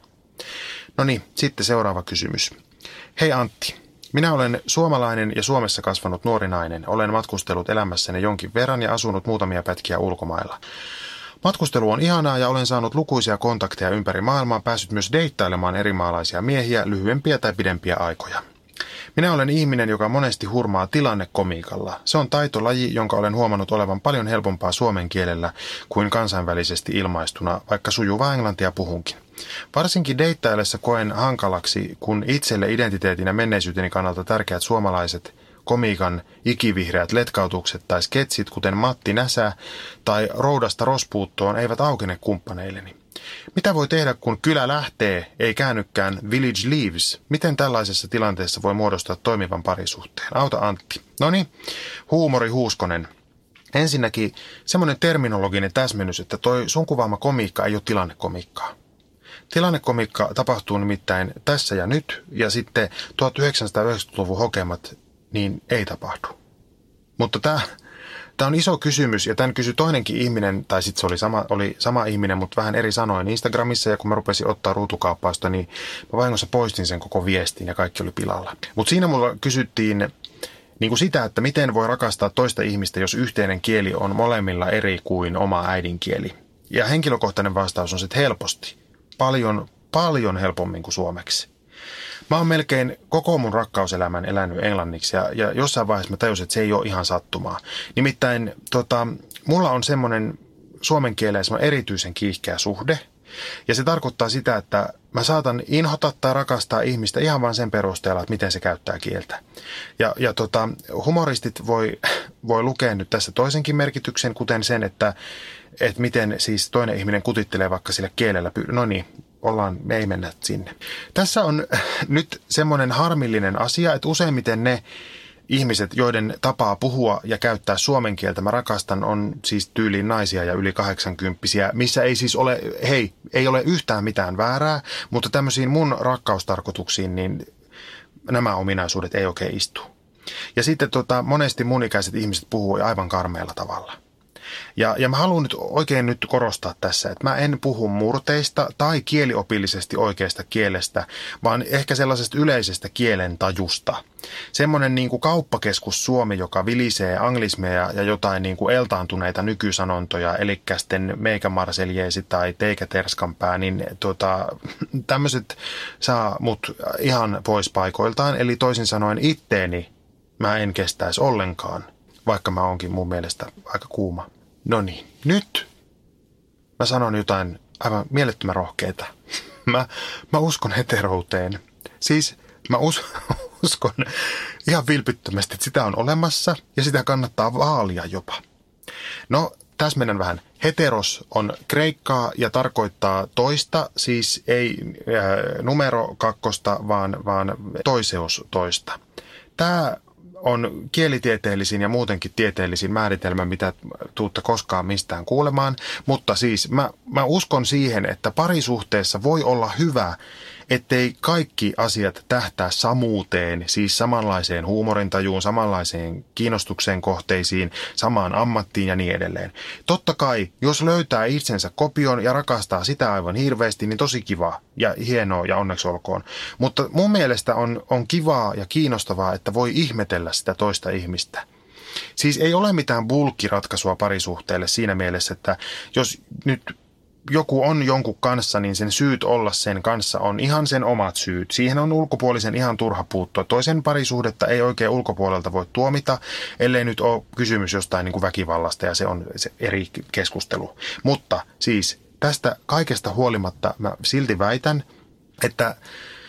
No niin, sitten seuraava kysymys. Hei Antti. Minä olen suomalainen ja Suomessa kasvanut nuori nainen. Olen matkustellut elämässäni jonkin verran ja asunut muutamia pätkiä ulkomailla. Matkustelu on ihanaa ja olen saanut lukuisia kontakteja ympäri maailmaa, päässyt myös deittailemaan eri maalaisia miehiä lyhyempiä tai pidempiä aikoja. Minä olen ihminen, joka monesti hurmaa tilannekomiikalla. Se on taitolaji, jonka olen huomannut olevan paljon helpompaa suomen kielellä kuin kansainvälisesti ilmaistuna, vaikka sujuvaa englantia puhunkin. Varsinkin deittaillessa koen hankalaksi, kun itselle identiteetin ja menneisyyteni kannalta tärkeät suomalaiset komiikan ikivihreät letkautukset tai sketsit, kuten Matti Näsä tai Roudasta rospuuttoon, eivät aukene kumppaneilleni. Mitä voi tehdä, kun kylä lähtee, ei käännykään village leaves? Miten tällaisessa tilanteessa voi muodostaa toimivan parisuhteen? Auta Antti. Noniin, huumori Huuskonen. Ensinnäkin semmoinen terminologinen täsmennys, että toi sun kuvaama komiikka ei ole tilannekomiikkaa. Tilannekomiikka tapahtuu nimittäin tässä ja nyt, ja sitten tuhatyhdeksänsataayhdeksänkymmentäluvun hokemat, niin ei tapahdu. Mutta tämä, tämä on iso kysymys, ja tämän kysyi toinenkin ihminen, tai sitten se oli sama, oli sama ihminen, mutta vähän eri sanoin Instagramissa, ja kun mä rupesin ottaa ruutukaappausta, niin mä vahingossa poistin sen koko viestin, ja kaikki oli pilalla. Mutta siinä mulla kysyttiin niin kuin sitä, että miten voi rakastaa toista ihmistä, jos yhteinen kieli on molemmilla eri kuin oma äidinkieli. Ja henkilökohtainen vastaus on se, että helposti. Paljon, paljon helpommin kuin suomeksi. Mä oon melkein koko mun rakkauselämän elänyt englanniksi ja, ja jossain vaiheessa mä tajusin, että se ei ole ihan sattumaa. Nimittäin tota, mulla on semmoinen suomen kieleen semmoinen erityisen kiihkeä suhde. Ja se tarkoittaa sitä, että mä saatan inhota tai rakastaa ihmistä ihan vain sen perusteella, että miten se käyttää kieltä. Ja, ja tota, humoristit voi, voi lukea nyt tässä toisenkin merkityksen, kuten sen, että, että miten siis toinen ihminen kutittelee vaikka sillä kielellä. No niin, ollaan, me ei mennä sinne. Tässä on nyt semmoinen harmillinen asia, että useimmiten ne ihmiset, joiden tapaa puhua ja käyttää suomen kieltä mä rakastan, on siis tyyliin naisia ja yli kahdeksankymppisiä, missä ei siis ole, hei, ei ole yhtään mitään väärää, mutta tämmöisiin mun rakkaustarkoituksiin, niin nämä ominaisuudet ei oikein istu. Ja sitten tota, monesti mun ikäiset ihmiset puhuu aivan karmealla tavalla. Ja, ja mä haluan nyt oikein nyt korostaa tässä, että mä en puhu murteista tai kieliopillisesti oikeasta kielestä, vaan ehkä sellaisesta yleisestä kielen tajusta. Semmoinen niin kuin kauppakeskus Suomi, joka vilisee anglismeja ja jotain niin kuin eltaantuneita nykysanontoja, eli sitten meikä marseljeesi tai teikä terskanpää, niin tota, tämmöiset saa mut ihan pois paikoiltaan, eli toisin sanoen itteeni mä en kestäisi ollenkaan, vaikka mä oonkin mun mielestä aika kuuma. No niin, nyt mä sanon jotain aivan mielettömän rohkeita. Mä, mä uskon heterouteen. Siis mä us, uskon ihan vilpittömästi, että sitä on olemassa ja sitä kannattaa vaalia jopa. No, tässä mennään vähän. Heteros on kreikkaa ja tarkoittaa toista, siis ei äh, numero kakkosta, vaan, vaan toiseus toista. Tämä on kielitieteellisin ja muutenkin tieteellisin määritelmä, mitä tuutte koskaan mistään kuulemaan. Mutta siis mä, mä uskon siihen, että parisuhteessa voi olla hyvä, ettei kaikki asiat tähtää samuuteen, siis samanlaiseen huumorintajuun, samanlaiseen kiinnostuksen kohteisiin, samaan ammattiin ja niin edelleen. Totta kai, jos löytää itsensä kopion ja rakastaa sitä aivan hirveästi, niin tosi kiva ja hienoa ja onneksi olkoon. Mutta mun mielestä on, on kivaa ja kiinnostavaa, että voi ihmetellä sitä toista ihmistä. Siis ei ole mitään bulkkiratkaisua parisuhteelle siinä mielessä, että jos nyt joku on jonkun kanssa, niin sen syyt olla sen kanssa on ihan sen omat syyt. Siihen on ulkopuolisen ihan turha puuttua. Toisen parisuhdetta ei oikein ulkopuolelta voi tuomita, ellei nyt ole kysymys jostain niin kuin väkivallasta, ja se on se eri keskustelu. Mutta siis tästä kaikesta huolimatta mä silti väitän, että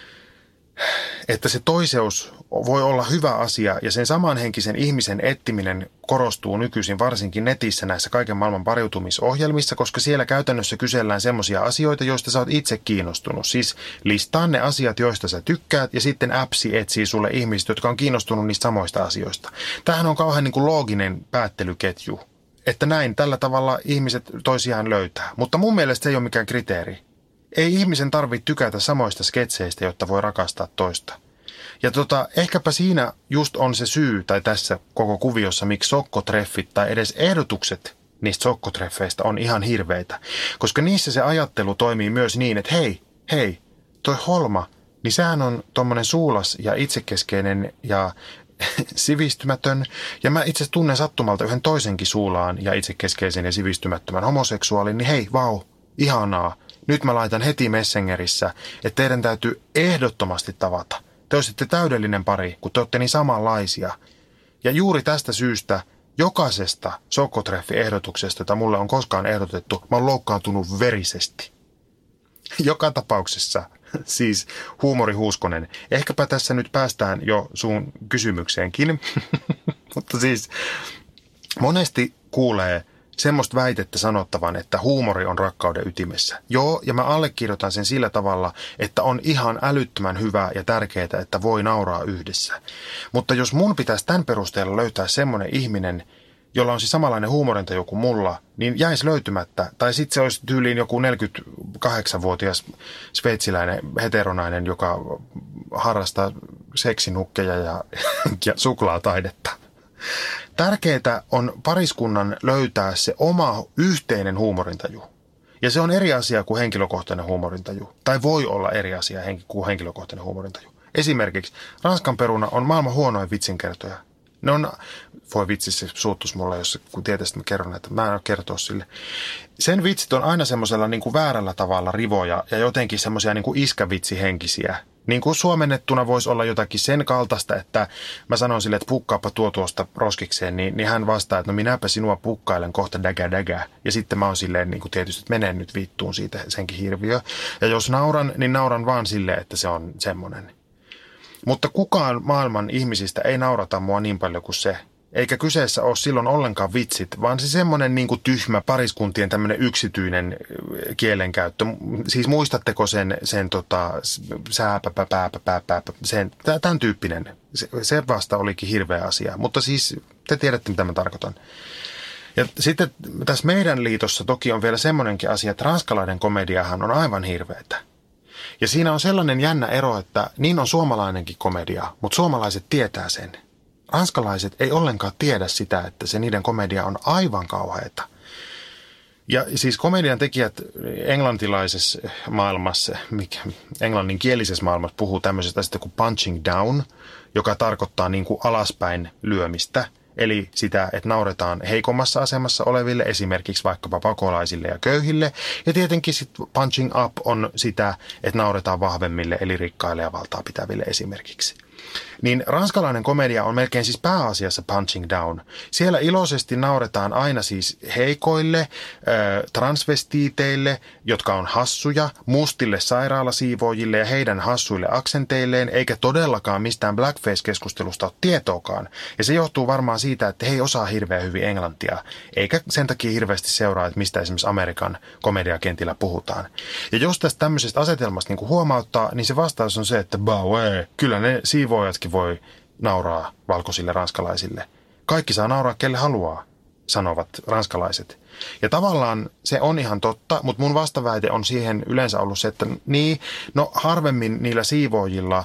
että se toiseus voi olla hyvä asia, ja sen samanhenkisen ihmisen etsiminen korostuu nykyisin varsinkin netissä näissä kaiken maailman pariutumisohjelmissa, koska siellä käytännössä kysellään semmoisia asioita, joista sä oot itse kiinnostunut. Siis listaa ne asiat, joista sä tykkäät, ja sitten appsi etsii sulle ihmiset, jotka on kiinnostunut niistä samoista asioista. Tämähän on kauhean niin kuin looginen päättelyketju, että näin tällä tavalla ihmiset toisiaan löytää. Mutta mun mielestä se ei ole mikään kriteeri. Ei ihmisen tarvitse tykätä samoista sketseistä, jotta voi rakastaa toista. Ja tota, ehkäpä siinä just on se syy, tai tässä koko kuviossa, miksi sokkotreffit tai edes ehdotukset niistä sokkotreffeistä on ihan hirveitä. Koska niissä se ajattelu toimii myös niin, että hei, hei, toi Holma, niin sehän on tommonen suulas ja itsekeskeinen ja sivistymätön. Ja mä itse tunnen sattumalta yhden toisenkin suulaan ja itsekeskeisen ja sivistymättömän homoseksuaalin, niin hei, vau, ihanaa. Nyt mä laitan heti Messengerissä, että teidän täytyy ehdottomasti tavata. Te olisitte täydellinen pari, kun te olette niin samanlaisia. Ja juuri tästä syystä jokaisesta sokkotreffi-ehdotuksesta, jota mulle on koskaan ehdotettu, mä oon loukkaantunut verisesti. Joka tapauksessa, siis huumori Huuskonen, ehkäpä tässä nyt päästään jo sun kysymykseenkin, mutta siis monesti kuulee semmoista väitettä sanottavan, että huumori on rakkauden ytimessä. Joo, ja mä allekirjoitan sen sillä tavalla, että on ihan älyttömän hyvää ja tärkeää, että voi nauraa yhdessä. Mutta jos mun pitäisi tämän perusteella löytää semmoinen ihminen, jolla on siis samanlainen huumorintaju kuin mulla, niin jäisi löytymättä. Tai sitten se olisi tyyliin joku neljäkymmentäkahdeksanvuotias sveitsiläinen heteronainen, joka harrastaa seksinukkeja ja, ja suklaataidetta. Tärkeää on pariskunnan löytää se oma yhteinen huumorintaju. Ja se on eri asia kuin henkilökohtainen huumorintaju. Tai voi olla eri asia kuin henkilökohtainen huumorintaju. Esimerkiksi Ranskan peruna on maailman huonoin vitsinkertoja. Ne on, voi vitsi, se suuttuisi mulle, jos kun tietäisi, että mä kerron näitä. Mä en ole kertoa sille. Sen vitsit on aina semmoisella niin kuin väärällä tavalla rivoja ja jotenkin semmoisia niin kuin iskävitsihenkisiä. Niin kuin suomennettuna voisi olla jotakin sen kaltaista, että mä sanon sille, että pukkaapa tuo tuosta roskikseen, niin, niin hän vastaa, että no minäpä sinua pukkailen kohta dägä dägä. Ja sitten mä oon silleen niin kuin tietysti, että menen nyt vittuun siitä senkin hirviö. Ja jos nauran, niin nauran vaan silleen, että se on semmoinen. Mutta kukaan maailman ihmisistä ei naurata mua niin paljon kuin se. Eikä kyseessä ole silloin ollenkaan vitsit, vaan se semmoinen niin kuin tyhmä pariskuntien tämmöinen yksityinen kielenkäyttö. Siis muistatteko sen, sen tota, sääpäpäpäpäpäpä, sen, tämän tyyppinen. Se, se vasta olikin hirveä asia, mutta siis te tiedätte, mitä mä tarkoitan. Ja sitten tässä meidän liitossa toki on vielä semmoinenkin asia, että ranskalainen komediahan on aivan hirveätä. Ja siinä on sellainen jännä ero, että niin on suomalainenkin komedia, mutta suomalaiset tietää sen. Ranskalaiset ei ollenkaan tiedä sitä, että se niiden komedia on aivan kauheata. Ja siis komedian tekijät englantilaisessa maailmassa, mikä englanninkielisessä maailmassa puhuu tämmöisestä sitten kuin punching down, joka tarkoittaa niin kuin alaspäin lyömistä. Eli sitä, että nauretaan heikommassa asemassa oleville, esimerkiksi vaikkapa pakolaisille ja köyhille. Ja tietenkin sitten punching up on sitä, että nauretaan vahvemmille, eli rikkaille ja valtaa pitäville esimerkiksi. Niin ranskalainen komedia on melkein siis pääasiassa punching down. Siellä iloisesti nauretaan aina siis heikoille, äh, transvestiiteille, jotka on hassuja, mustille sairaalasiivoojille ja heidän hassuille aksenteilleen, eikä todellakaan mistään blackface-keskustelusta ole tietoakaan. Ja se johtuu varmaan siitä, että he ei osaa hirveän hyvin englantia, eikä sen takia hirveästi seuraa, että mistä esimerkiksi Amerikan komediakentillä puhutaan. Ja jos tästä tämmöisestä asetelmasta niin kuin huomauttaa, niin se vastaus on se, että baue, kyllä ne siivoojatkin voi nauraa valkoisille ranskalaisille. Kaikki saa nauraa kelle haluaa, sanovat ranskalaiset. Ja tavallaan se on ihan totta, mutta mun vastaväite on siihen yleensä ollut se, että niin, no harvemmin niillä siivoojilla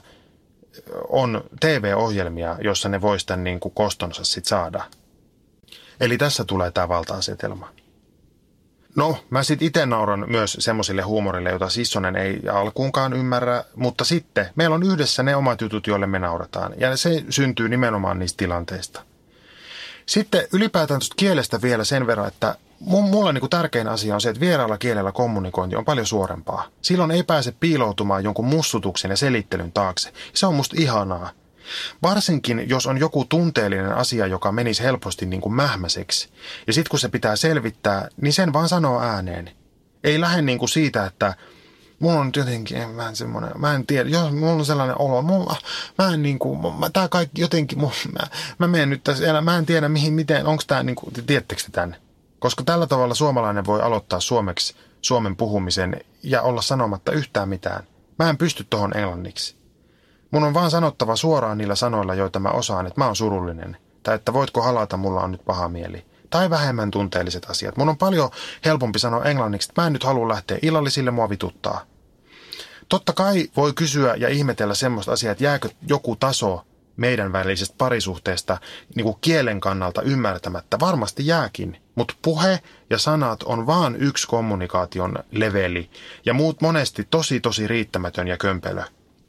on T V-ohjelmia, jossa ne vois tämän niin kuin kostonsa sit saada. Eli tässä tulee tämä valta-asetelma. No, mä sit itse nauran myös semmoisille huumorille, jota Sissonen ei alkuunkaan ymmärrä, mutta sitten meillä on yhdessä ne omat jutut, joille me naurataan, ja se syntyy nimenomaan niistä tilanteista. Sitten ylipäätään tuosta kielestä vielä sen verran, että mulle niin kuin tärkein asia on se, että vieraalla kielellä kommunikointi on paljon suorempaa. Silloin ei pääse piiloutumaan jonkun mussutuksen ja selittelyn taakse. Se on musta ihanaa. Varsinkin, jos on joku tunteellinen asia, joka menisi helposti niin kuin mähmäiseksi. Ja sitten kun se pitää selvittää, niin sen vaan sanoo ääneen. Ei lähde niin kuin siitä, että mulla on nyt jotenkin, mä en semmoinen, mä en tiedä, jos mulla on sellainen olo, mulla, mä en niin kuin, mä, tää kaikki jotenkin, mä, mä menen nyt tässä, mä en tiedä mihin, miten, onko tää niin kuin, tiedättekö te tämän? Koska tällä tavalla suomalainen voi aloittaa suomeksi suomen puhumisen ja olla sanomatta yhtään mitään. Mä en pysty tohon englanniksi. Mun on vaan sanottava suoraan niillä sanoilla, joita mä osaan, että mä oon surullinen. Tai että voitko halata, mulla on nyt paha mieli. Tai vähemmän tunteelliset asiat. Mun on paljon helpompi sanoa englanniksi, että mä en nyt halua lähteä illallisille, mua vituttaa. Totta kai voi kysyä ja ihmetellä semmoista asiaa, että jääkö joku taso meidän välisestä parisuhteesta niin kuin kielen kannalta ymmärtämättä. Varmasti jääkin, mutta puhe ja sanat on vaan yksi kommunikaation leveli ja muut monesti tosi tosi riittämätön ja kömpelö.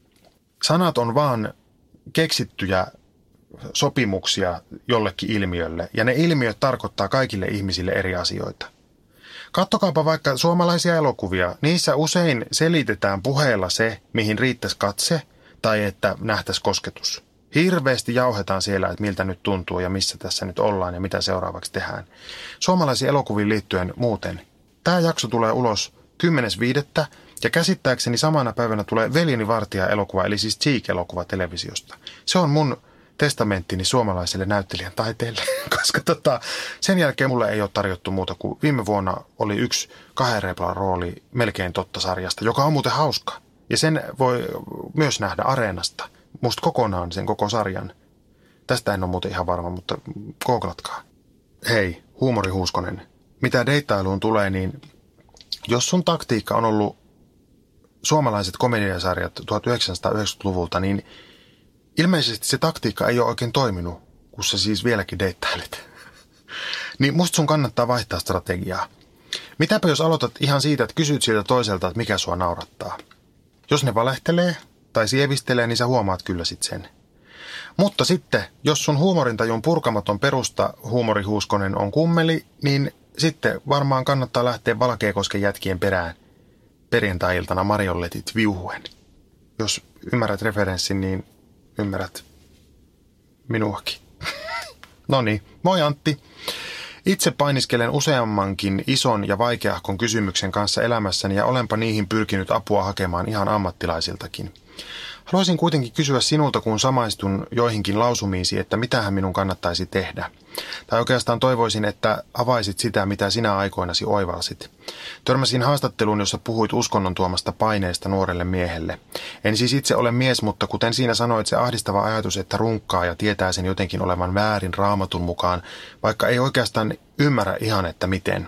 Sanat on vaan keksittyjä sopimuksia jollekin ilmiölle ja ne ilmiöt tarkoittaa kaikille ihmisille eri asioita. Kattokaapa vaikka suomalaisia elokuvia. Niissä usein selitetään puheella se, mihin riittäisi katse tai että nähtäisi kosketus. Hirveästi jauhetaan siellä, että miltä nyt tuntuu ja missä tässä nyt ollaan ja mitä seuraavaksi tehdään. Suomalaisiin elokuviin liittyen muuten. Tämä jakso tulee ulos kymmenes viidettä ja käsittääkseni samana päivänä tulee Veljeni Vartija-elokuva, eli siis Cheek-elokuva televisiosta. Se on mun testamenttini suomalaiselle näyttelijän taiteelle, koska tota, sen jälkeen mulle ei ole tarjottu muuta kuin viime vuonna oli yksi kahden reiplan rooli Melkein totta -sarjasta, joka on muuten hauska. Ja sen voi myös nähdä Areenasta. Musta kokonaan sen koko sarjan. Tästä en ole muuten ihan varma, mutta googlatkaa. Hei, huumorihuuskonen. Mitä deittailuun tulee, niin jos sun taktiikka on ollut suomalaiset komediasarjat tuhatyhdeksänsataayhdeksänkymmentäluvulta, niin ilmeisesti se taktiikka ei ole oikein toiminut, kun sä siis vieläkin deittailet. Niin musta sun kannattaa vaihtaa strategiaa. Mitäpä jos aloitat ihan siitä, että kysyt siltä toiselta, että mikä sua naurattaa. Jos ne valehtelee tai sievistelee, niin sä huomaat kyllä sit sen. Mutta sitten, jos sun huumorintajun purkamaton perusta, huumorihuuskonen, on kummeli, niin sitten varmaan kannattaa lähteä Valkeakosken jätkien perään perjantai-iltana marionletit viuhuen. Jos ymmärrät referenssin, niin ymmärrät minuakin. Noniin, moi Antti. Itse painiskelen useammankin ison ja vaikeahkon kysymyksen kanssa elämässäni ja olenpa niihin pyrkinyt apua hakemaan ihan ammattilaisiltakin. Haluaisin kuitenkin kysyä sinulta, kun samaistun joihinkin lausumiisi, että mitähän minun kannattaisi tehdä. Tai oikeastaan toivoisin, että avaisit sitä, mitä sinä aikoinasi oivalsit. Törmäsin haastatteluun, jossa puhuit uskonnon tuomasta paineesta nuorelle miehelle. En siis itse ole mies, mutta kuten siinä sanoit, se ahdistava ajatus, että runkkaa ja tietää sen jotenkin olevan väärin Raamatun mukaan, vaikka ei oikeastaan ymmärrä ihan, että miten.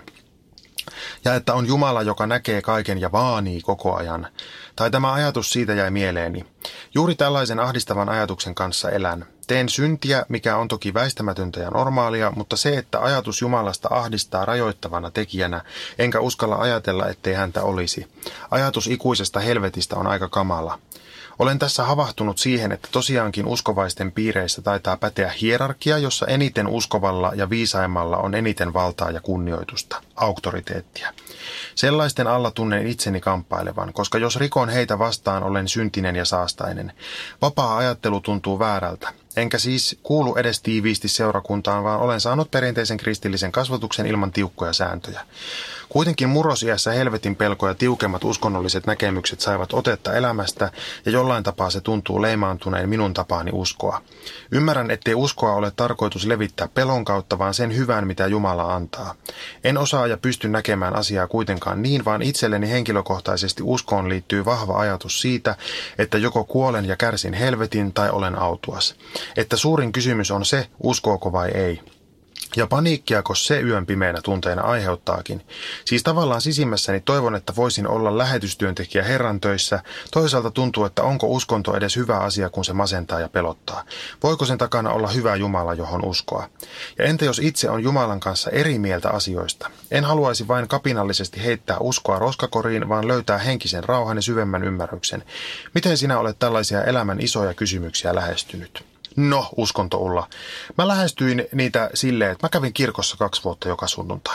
Ja että on Jumala, joka näkee kaiken ja vaanii koko ajan. Tai tämä ajatus siitä jäi mieleeni. Juuri tällaisen ahdistavan ajatuksen kanssa elän. Teen syntiä, mikä on toki väistämätöntä ja normaalia, mutta se, että ajatus Jumalasta ahdistaa rajoittavana tekijänä, enkä uskalla ajatella, ettei häntä olisi. Ajatus ikuisesta helvetistä on aika kamala. Olen tässä havahtunut siihen, että tosiaankin uskovaisten piireissä taitaa päteä hierarkia, jossa eniten uskovalla ja viisaimmalla on eniten valtaa ja kunnioitusta, auktoriteettia. Sellaisten alla tunnen itseni kamppailevan, koska jos rikon heitä vastaan, olen syntinen ja saastainen. Vapaa ajattelu tuntuu väärältä. Enkä siis kuulu edes tiiviisti seurakuntaan, vaan olen saanut perinteisen kristillisen kasvatuksen ilman tiukkoja sääntöjä. Kuitenkin murrosiässä helvetin pelko ja tiukemmat uskonnolliset näkemykset saivat otetta elämästä, ja jollain tapaa se tuntuu leimaantuneen minun tapaani uskoa. Ymmärrän, ettei uskoa ole tarkoitus levittää pelon kautta, vaan sen hyvän, mitä Jumala antaa. En osaa ja pysty näkemään asiaa kuitenkaan niin, vaan itselleni henkilökohtaisesti uskoon liittyy vahva ajatus siitä, että joko kuolen ja kärsin helvetin tai olen autuas. Että suurin kysymys on se, uskooko vai ei. Ja paniikkiako se yön pimeänä tunteena aiheuttaakin. Siis tavallaan sisimmässäni toivon, että voisin olla lähetystyöntekijä Herran töissä. Toisaalta tuntuu, että onko uskonto edes hyvä asia, kun se masentaa ja pelottaa. Voiko sen takana olla hyvä Jumala, johon uskoa? Ja entä jos itse on Jumalan kanssa eri mieltä asioista? En haluaisi vain kapinallisesti heittää uskoa roskakoriin, vaan löytää henkisen rauhan ja syvemmän ymmärryksen. Miten sinä olet tällaisia elämän isoja kysymyksiä lähestynyt? No, uskonto Ulla. Mä lähestyin niitä silleen, että mä kävin kirkossa kaksi vuotta joka sunnuntai.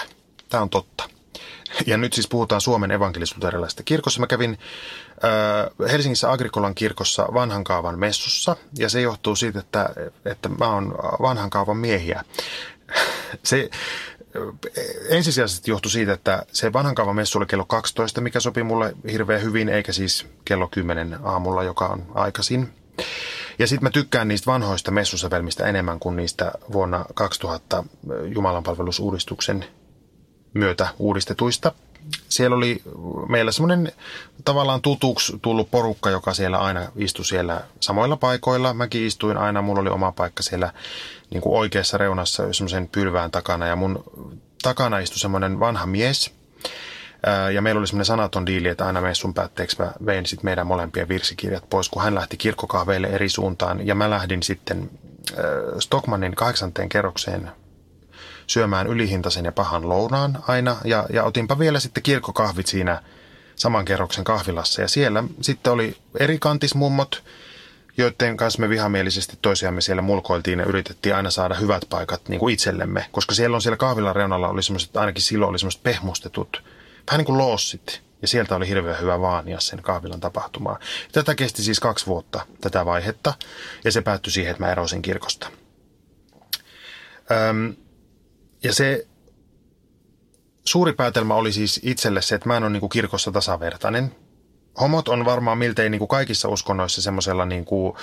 tämä on totta. Ja nyt siis puhutaan Suomen evankelis-luterilaisesta kirkossa. Mä kävin äh, Helsingissä Agrikolan kirkossa vanhan kaavan messussa, ja se johtuu siitä, että, että mä oon vanhan kaavan miehiä. Se ensisijaisesti johtui siitä, että se vanhan kaavan messu oli kello kaksitoista, mikä sopi mulle hirveän hyvin, eikä siis kello kymmenen aamulla, joka on aikaisin. Ja sitten mä tykkään niistä vanhoista messusävelmistä enemmän kuin niistä vuonna kaksituhatta Jumalanpalvelusuudistuksen myötä uudistetuista. Siellä oli meillä semmoinen tavallaan tutuksi tullut porukka, joka siellä aina istui siellä samoilla paikoilla. Mäkin istuin aina, mulla oli oma paikka siellä niin kuin oikeassa reunassa semmoisen pylvään takana, ja mun takana istui semmoinen vanha mies. Ja meillä oli semmoinen sanaton diili, että aina messun päätteeksi mä vein sitten meidän molempien virsikirjat pois, kun hän lähti kirkkokahveille eri suuntaan. Ja mä lähdin sitten Stockmannin kahdeksanteen kerrokseen syömään ylihintaisen ja pahan lounaan aina. Ja, ja otinpa vielä sitten kirkkokahvit siinä saman kerroksen kahvilassa. Ja siellä sitten oli eri kantismummot, joiden kanssa me vihamielisesti toisiamme siellä mulkoiltiin ja yritettiin aina saada hyvät paikat niin kuin itsellemme. Koska siellä on siellä kahvilan reunalla oli semmoiset, ainakin silloin oli semmoiset pehmustetut, vähän niin kuin loossit. Ja sieltä oli hirveän hyvä vaania sen kahvilan tapahtumaa. Tätä kesti siis kaksi vuotta, tätä vaihetta. Ja se päättyi siihen, että mä erosin kirkosta. Öm, ja se suuri päätelmä oli siis itselle se, että mä en ole niin kuin kirkossa tasavertainen. Homot on varmaan miltei niin kuin kaikissa uskonnoissa semmoisella, niin kuin,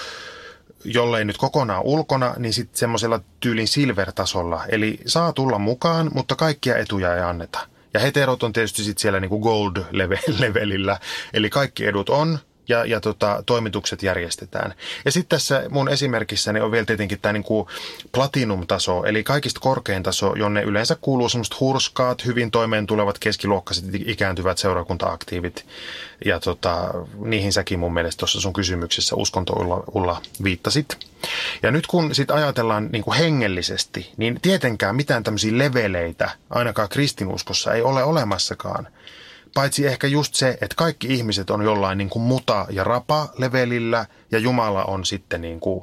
jollei nyt kokonaan ulkona, niin sitten semmoisella tyylin silver-tasolla. Eli saa tulla mukaan, mutta kaikkia etuja ei anneta. Ja heterot on tietysti sitten siellä niin kuin gold-levelillä, eli kaikki edut on ja, ja tota, toimitukset järjestetään. Ja sitten tässä mun esimerkissäni on vielä tietenkin tämä niin kuin platinum-taso, eli kaikista korkein taso, jonne yleensä kuuluu semmoiset hurskaat, hyvin toimeen tulevat keskiluokkaiset ikääntyvät seurakunta-aktiivit. Ja tota, niihin säkin mun mielestä tuossa sun kysymyksessä uskonto-Ulla viittasit. Ja nyt kun sit ajatellaan niin kuin hengellisesti, niin tietenkään mitään tämmöisiä leveleitä, ainakaan kristinuskossa, ei ole olemassakaan. Paitsi ehkä just se, että kaikki ihmiset on jollain niin kuin muta- ja rapa-levelillä, ja Jumala on sitten niin kuin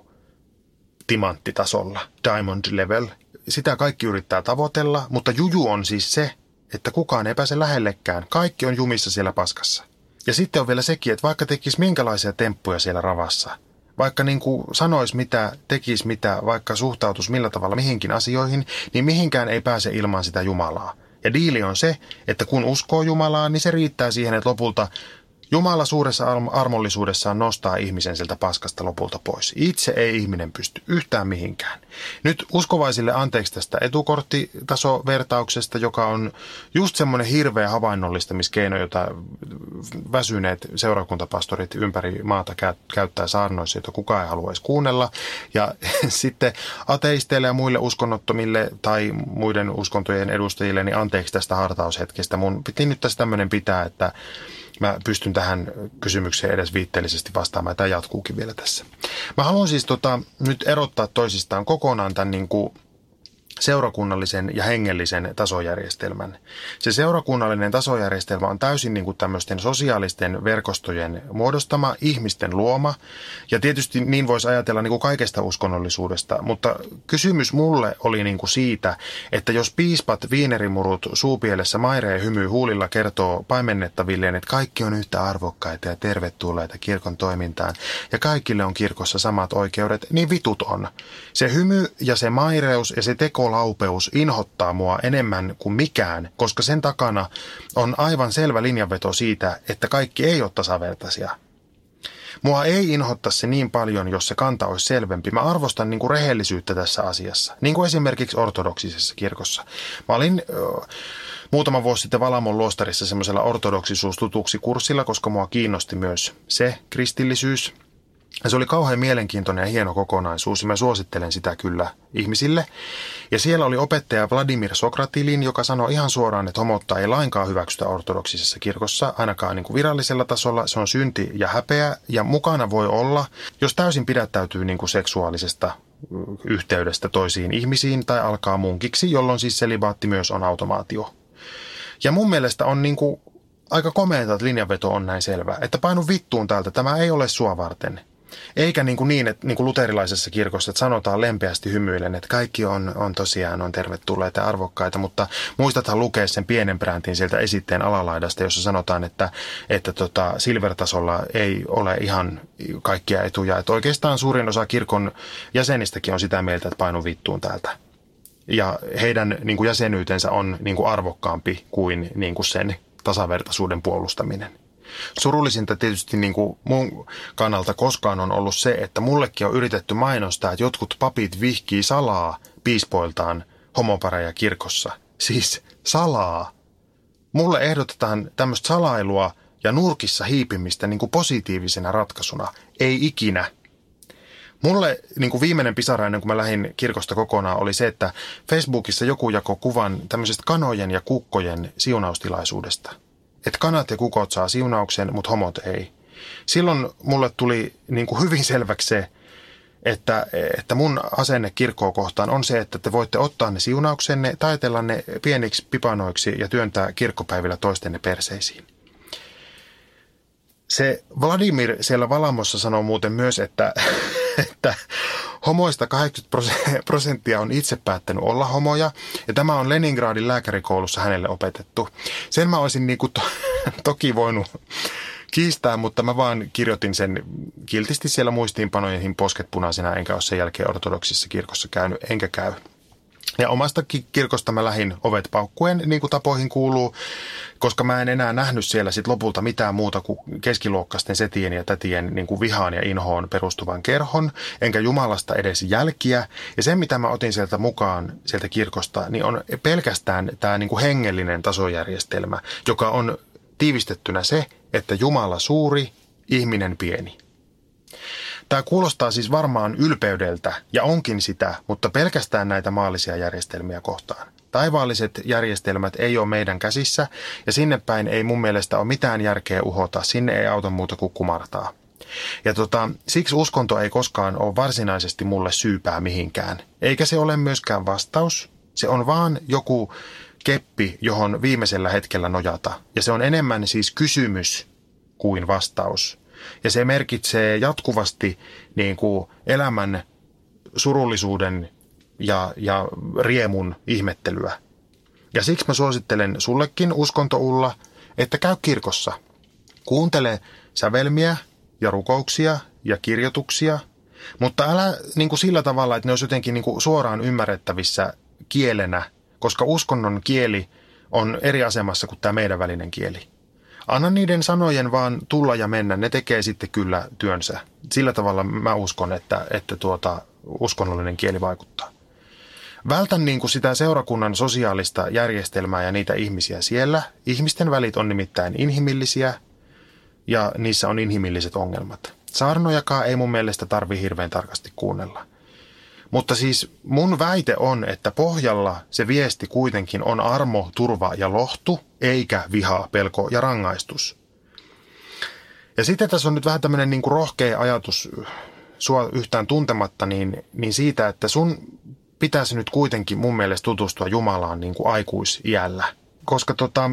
timanttitasolla, diamond level. Sitä kaikki yrittää tavoitella, mutta juju on siis se, että kukaan ei pääse lähellekään. Kaikki on jumissa siellä paskassa. Ja sitten on vielä sekin, että vaikka tekisi minkälaisia temppuja siellä ravassa, vaikka niin kuin sanoisi mitä, tekisi mitä, vaikka suhtautuisi millä tavalla mihinkin asioihin, niin mihinkään ei pääse ilman sitä Jumalaa. Ja diili on se, että kun uskoo Jumalaan, niin se riittää siihen, että lopulta Jumala suuressa armollisuudessaan nostaa ihmisen sieltä paskasta lopulta pois. Itse ei ihminen pysty yhtään mihinkään. Nyt uskovaisille anteeksi tästä etukorttitasovertauksesta, joka on just semmoinen hirveä havainnollistamiskeino, jota väsyneet seurakuntapastorit ympäri maata käyttää saarnoissa, jota kukaan ei haluaisi kuunnella. Ja sitten ateisteille ja muille uskonnottomille tai muiden uskontojen edustajille, niin anteeksi tästä hartaushetkestä. Mun piti nyt tässä tämmöinen pitää, että mä pystyn tähän kysymykseen edes viitteellisesti vastaamaan, tämä jatkuukin vielä tässä. Mä haluan siis tota, nyt erottaa toisistaan kokonaan tämän niin kuin seurakunnallisen ja hengellisen tasojärjestelmän. Se seurakunnallinen tasojärjestelmä on täysin niin kuin tämmöisten sosiaalisten verkostojen muodostama, ihmisten luoma, ja tietysti niin voisi ajatella niin kuin kaikesta uskonnollisuudesta, mutta kysymys mulle oli niin kuin siitä, että jos piispat viinerimurut suupielessä maireen hymy huulilla kertoo paimennettavilleen, että kaikki on yhtä arvokkaita ja tervetulleita kirkon toimintaan, ja kaikille on kirkossa samat oikeudet, niin vitut on. Se hymy ja se maireus ja se teko laupeus inhottaa mua enemmän kuin mikään, koska sen takana on aivan selvä linjanveto siitä, että kaikki ei ole tasavertaisia. Mua ei inhottaa se niin paljon, jos se kanta olisi selvempi. Mä arvostan niin kuin rehellisyyttä tässä asiassa, niin kuin esimerkiksi ortodoksisessa kirkossa. Mä olin äh, muutama vuosi sitten Valamon luostarissa semmoisella ortodoksisuustutuksi kurssilla, koska mua kiinnosti myös se kristillisyys. Ja se oli kauhean mielenkiintoinen ja hieno kokonaisuus, ja mä suosittelen sitä kyllä ihmisille. Ja siellä oli opettaja Vladimir Sokratilin, joka sanoi ihan suoraan, että homoutta ei lainkaan hyväksytä ortodoksisessa kirkossa, ainakaan niin kuin virallisella tasolla. Se on synti ja häpeä, ja mukana voi olla, jos täysin pidättäytyy niin kuin seksuaalisesta yhteydestä toisiin ihmisiin tai alkaa munkiksi, jolloin siis selibaatti myös on automaatio. Ja mun mielestä on niin kuin aika komeata, että linjanveto on näin selvä, että painu vittuun täältä, tämä ei ole sua varten. Eikä niin kuin niin, että niin kuin luterilaisessa kirkossa, että sanotaan lempeästi hymyillen, että kaikki on, on tosiaan on tervetulleita ja arvokkaita, mutta muistathan lukea sen pienen präntin sieltä esitteen alalaidasta, jossa sanotaan, että, että tota, silvertasolla ei ole ihan kaikkia etuja. Että oikeastaan suurin osa kirkon jäsenistäkin on sitä mieltä, että painu vittuun täältä. Ja heidän niin kuin jäsenyytensä on niin kuin arvokkaampi kuin, niin kuin sen tasavertaisuuden puolustaminen. Surullisinta tietysti niin kuin mun kannalta koskaan on ollut se, että mullekin on yritetty mainostaa, että jotkut papit vihkii salaa piispoiltaan homopareja kirkossa. Siis salaa. Mulle ehdotetaan tämmöistä salailua ja nurkissa hiipimistä niin kuin positiivisena ratkaisuna. Ei ikinä. Mulle niin kuin viimeinen pisara ennen kuin mä lähdin kirkosta kokonaan oli se, että Facebookissa joku jakoi kuvan tämmöisestä kanojen ja kukkojen siunaustilaisuudesta. Että kanat ja kukot saa siunauksen, mutta homot ei. Silloin mulle tuli niin kuin hyvin selväksi se, että, että mun asenne kirkkoa kohtaan on se, että te voitte ottaa ne siunauksenne, taitella ne pieniksi pipanoiksi ja työntää kirkkopäivillä toistenne perseisiin. Se Vladimir siellä Valamossa sanoo muuten myös, että, että homoista kahdeksankymmentä prosenttia on itse päättänyt olla homoja, ja tämä on Leningradin lääkärikoulussa hänelle opetettu. Sen mä olisin niin kuin to, toki voinut kiistää, mutta mä vaan kirjoitin sen kiltisti siellä muistiinpanoihin posket punaisena, enkä ole sen jälkeen ortodoksissa kirkossa käynyt, enkä käy. Ja omasta kirkosta mä lähdin ovet paukkuen, niin kuin tapoihin kuuluu, koska mä en enää nähnyt siellä sit lopulta mitään muuta kuin keskiluokkaisten setien ja tätien niin kuin vihaan ja inhoon perustuvan kerhon, enkä Jumalasta edes jälkiä. Ja se, mitä mä otin sieltä mukaan sieltä kirkosta, niin on pelkästään tämä niin kuin hengellinen tasojärjestelmä, joka on tiivistettynä se, että Jumala suuri, ihminen pieni. Tämä kuulostaa siis varmaan ylpeydeltä, ja onkin sitä, mutta pelkästään näitä maallisia järjestelmiä kohtaan. Taivaalliset järjestelmät ei ole meidän käsissä, ja sinne päin ei mun mielestä ole mitään järkeä uhota, sinne ei auta muuta kuin kumartaa. Ja tota, siksi uskonto ei koskaan ole varsinaisesti mulle syypää mihinkään, eikä se ole myöskään vastaus, se on vaan joku keppi, johon viimeisellä hetkellä nojata, ja se on enemmän siis kysymys kuin vastaus. Ja se merkitsee jatkuvasti niin kuin elämän surullisuuden ja, ja riemun ihmettelyä. Ja siksi mä suosittelen sullekin, uskontoulla, että käy kirkossa. Kuuntele sävelmiä ja rukouksia ja kirjoituksia, mutta älä niin kuin sillä tavalla, että ne olisi jotenkin niin kuin suoraan ymmärrettävissä kielenä, koska uskonnon kieli on eri asemassa kuin tämä meidän välinen kieli. Anna niiden sanojen vaan tulla ja mennä, ne tekee sitten kyllä työnsä. Sillä tavalla mä uskon, että, että tuota, uskonnollinen kieli vaikuttaa. Vältän niin kuin sitä seurakunnan sosiaalista järjestelmää ja niitä ihmisiä siellä. Ihmisten välit on nimittäin inhimillisiä ja niissä on inhimilliset ongelmat. Saarnojakaan ei mun mielestä tarvi hirveän tarkasti kuunnella. Mutta siis mun väite on, että pohjalla se viesti kuitenkin on armo, turva ja lohtu, eikä viha, pelko ja rangaistus. Ja sitten tässä on nyt vähän tämmöinen niin kuin rohkea ajatus sua yhtään tuntematta, niin, niin siitä, että sun pitäisi nyt kuitenkin mun mielestä tutustua Jumalaan niin kuin aikuisiällä. Koska tota,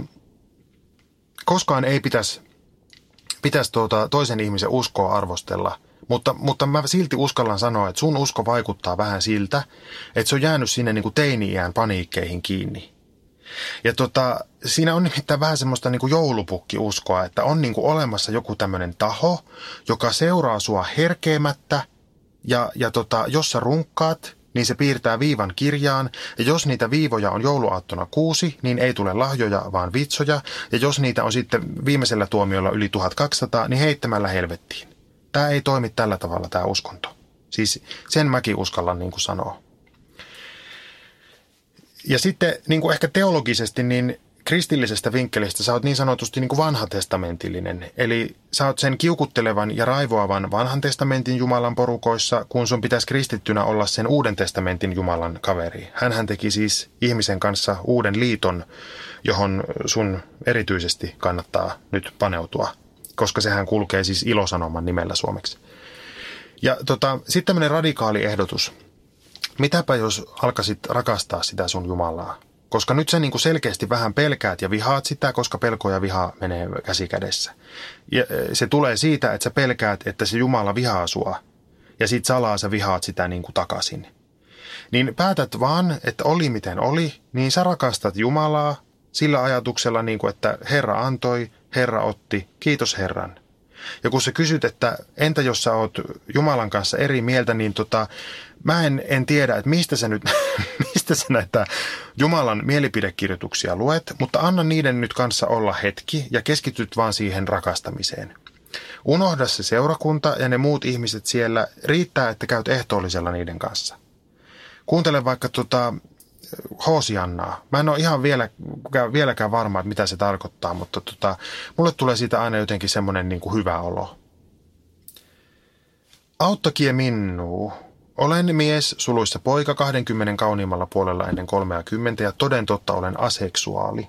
koskaan ei pitäisi, pitäisi tuota toisen ihmisen uskoa arvostella. Mutta, mutta mä silti uskallan sanoa, että sun usko vaikuttaa vähän siltä, että se on jäänyt sinne niin kuin teini-iän paniikkeihin kiinni. Ja tota, siinä on nimittäin vähän semmoista niin kuin joulupukkiuskoa, että on niin kuin olemassa joku tämmöinen taho, joka seuraa sua herkeämättä ja, ja tota, jos sä runkkaat, niin se piirtää viivan kirjaan. Ja jos niitä viivoja on jouluaattona kuusi, niin ei tule lahjoja, vaan vitsoja. Ja jos niitä on sitten viimeisellä tuomiolla yli tuhatkaksisataa, niin heittämällä helvettiin. Tämä ei toimi tällä tavalla, tämä uskonto. Siis sen mäkin uskallan niin kuin sanoa. Ja sitten niin kuin ehkä teologisesti, niin kristillisestä vinkkelistä sä oot niin sanotusti niin kuin vanhatestamentillinen. Eli sä oot sen kiukuttelevan ja raivoavan vanhan testamentin Jumalan porukoissa, kun sun pitäisi kristittynä olla sen uuden testamentin Jumalan kaveri. Hänhän teki siis ihmisen kanssa uuden liiton, johon sun erityisesti kannattaa nyt paneutua, koska sehän kulkee siis ilosanoman nimellä suomeksi. Ja tota, sitten tämmöinen radikaali ehdotus. Mitäpä jos alkaisit rakastaa sitä sun Jumalaa? Koska nyt sä niin kuin selkeästi vähän pelkäät ja vihaat sitä, koska pelko ja viha menee käsi kädessä. Ja se tulee siitä, että sä pelkäät, että se Jumala vihaa sua. Ja sit salaa sä vihaat sitä niin kuin takaisin. Niin päätät vaan, että oli miten oli, niin sä rakastat Jumalaa sillä ajatuksella, niin kuin, että Herra antoi, Herra otti, kiitos Herran. Ja kun sä kysyt, että entä jos sä oot Jumalan kanssa eri mieltä, niin tota, mä en, en tiedä, että mistä sä nyt, mistä sä näitä Jumalan mielipidekirjoituksia luet, mutta anna niiden nyt kanssa olla hetki ja keskityt vaan siihen rakastamiseen. Unohda se seurakunta ja ne muut ihmiset siellä, riittää, että käyt ehtoollisella niiden kanssa. Kuuntele vaikka tota Hoosiannaa. Mä en ole ihan vielä, vieläkään varma, että mitä se tarkoittaa, mutta tota, mulle tulee siitä aina jotenkin semmoinen niin kuin hyvä olo. Auttakie minuu. Olen mies, suluissa poika, kahdenkymmenen kauniimmalla puolella ennen kolmeakymmentä ja toden totta olen aseksuaali.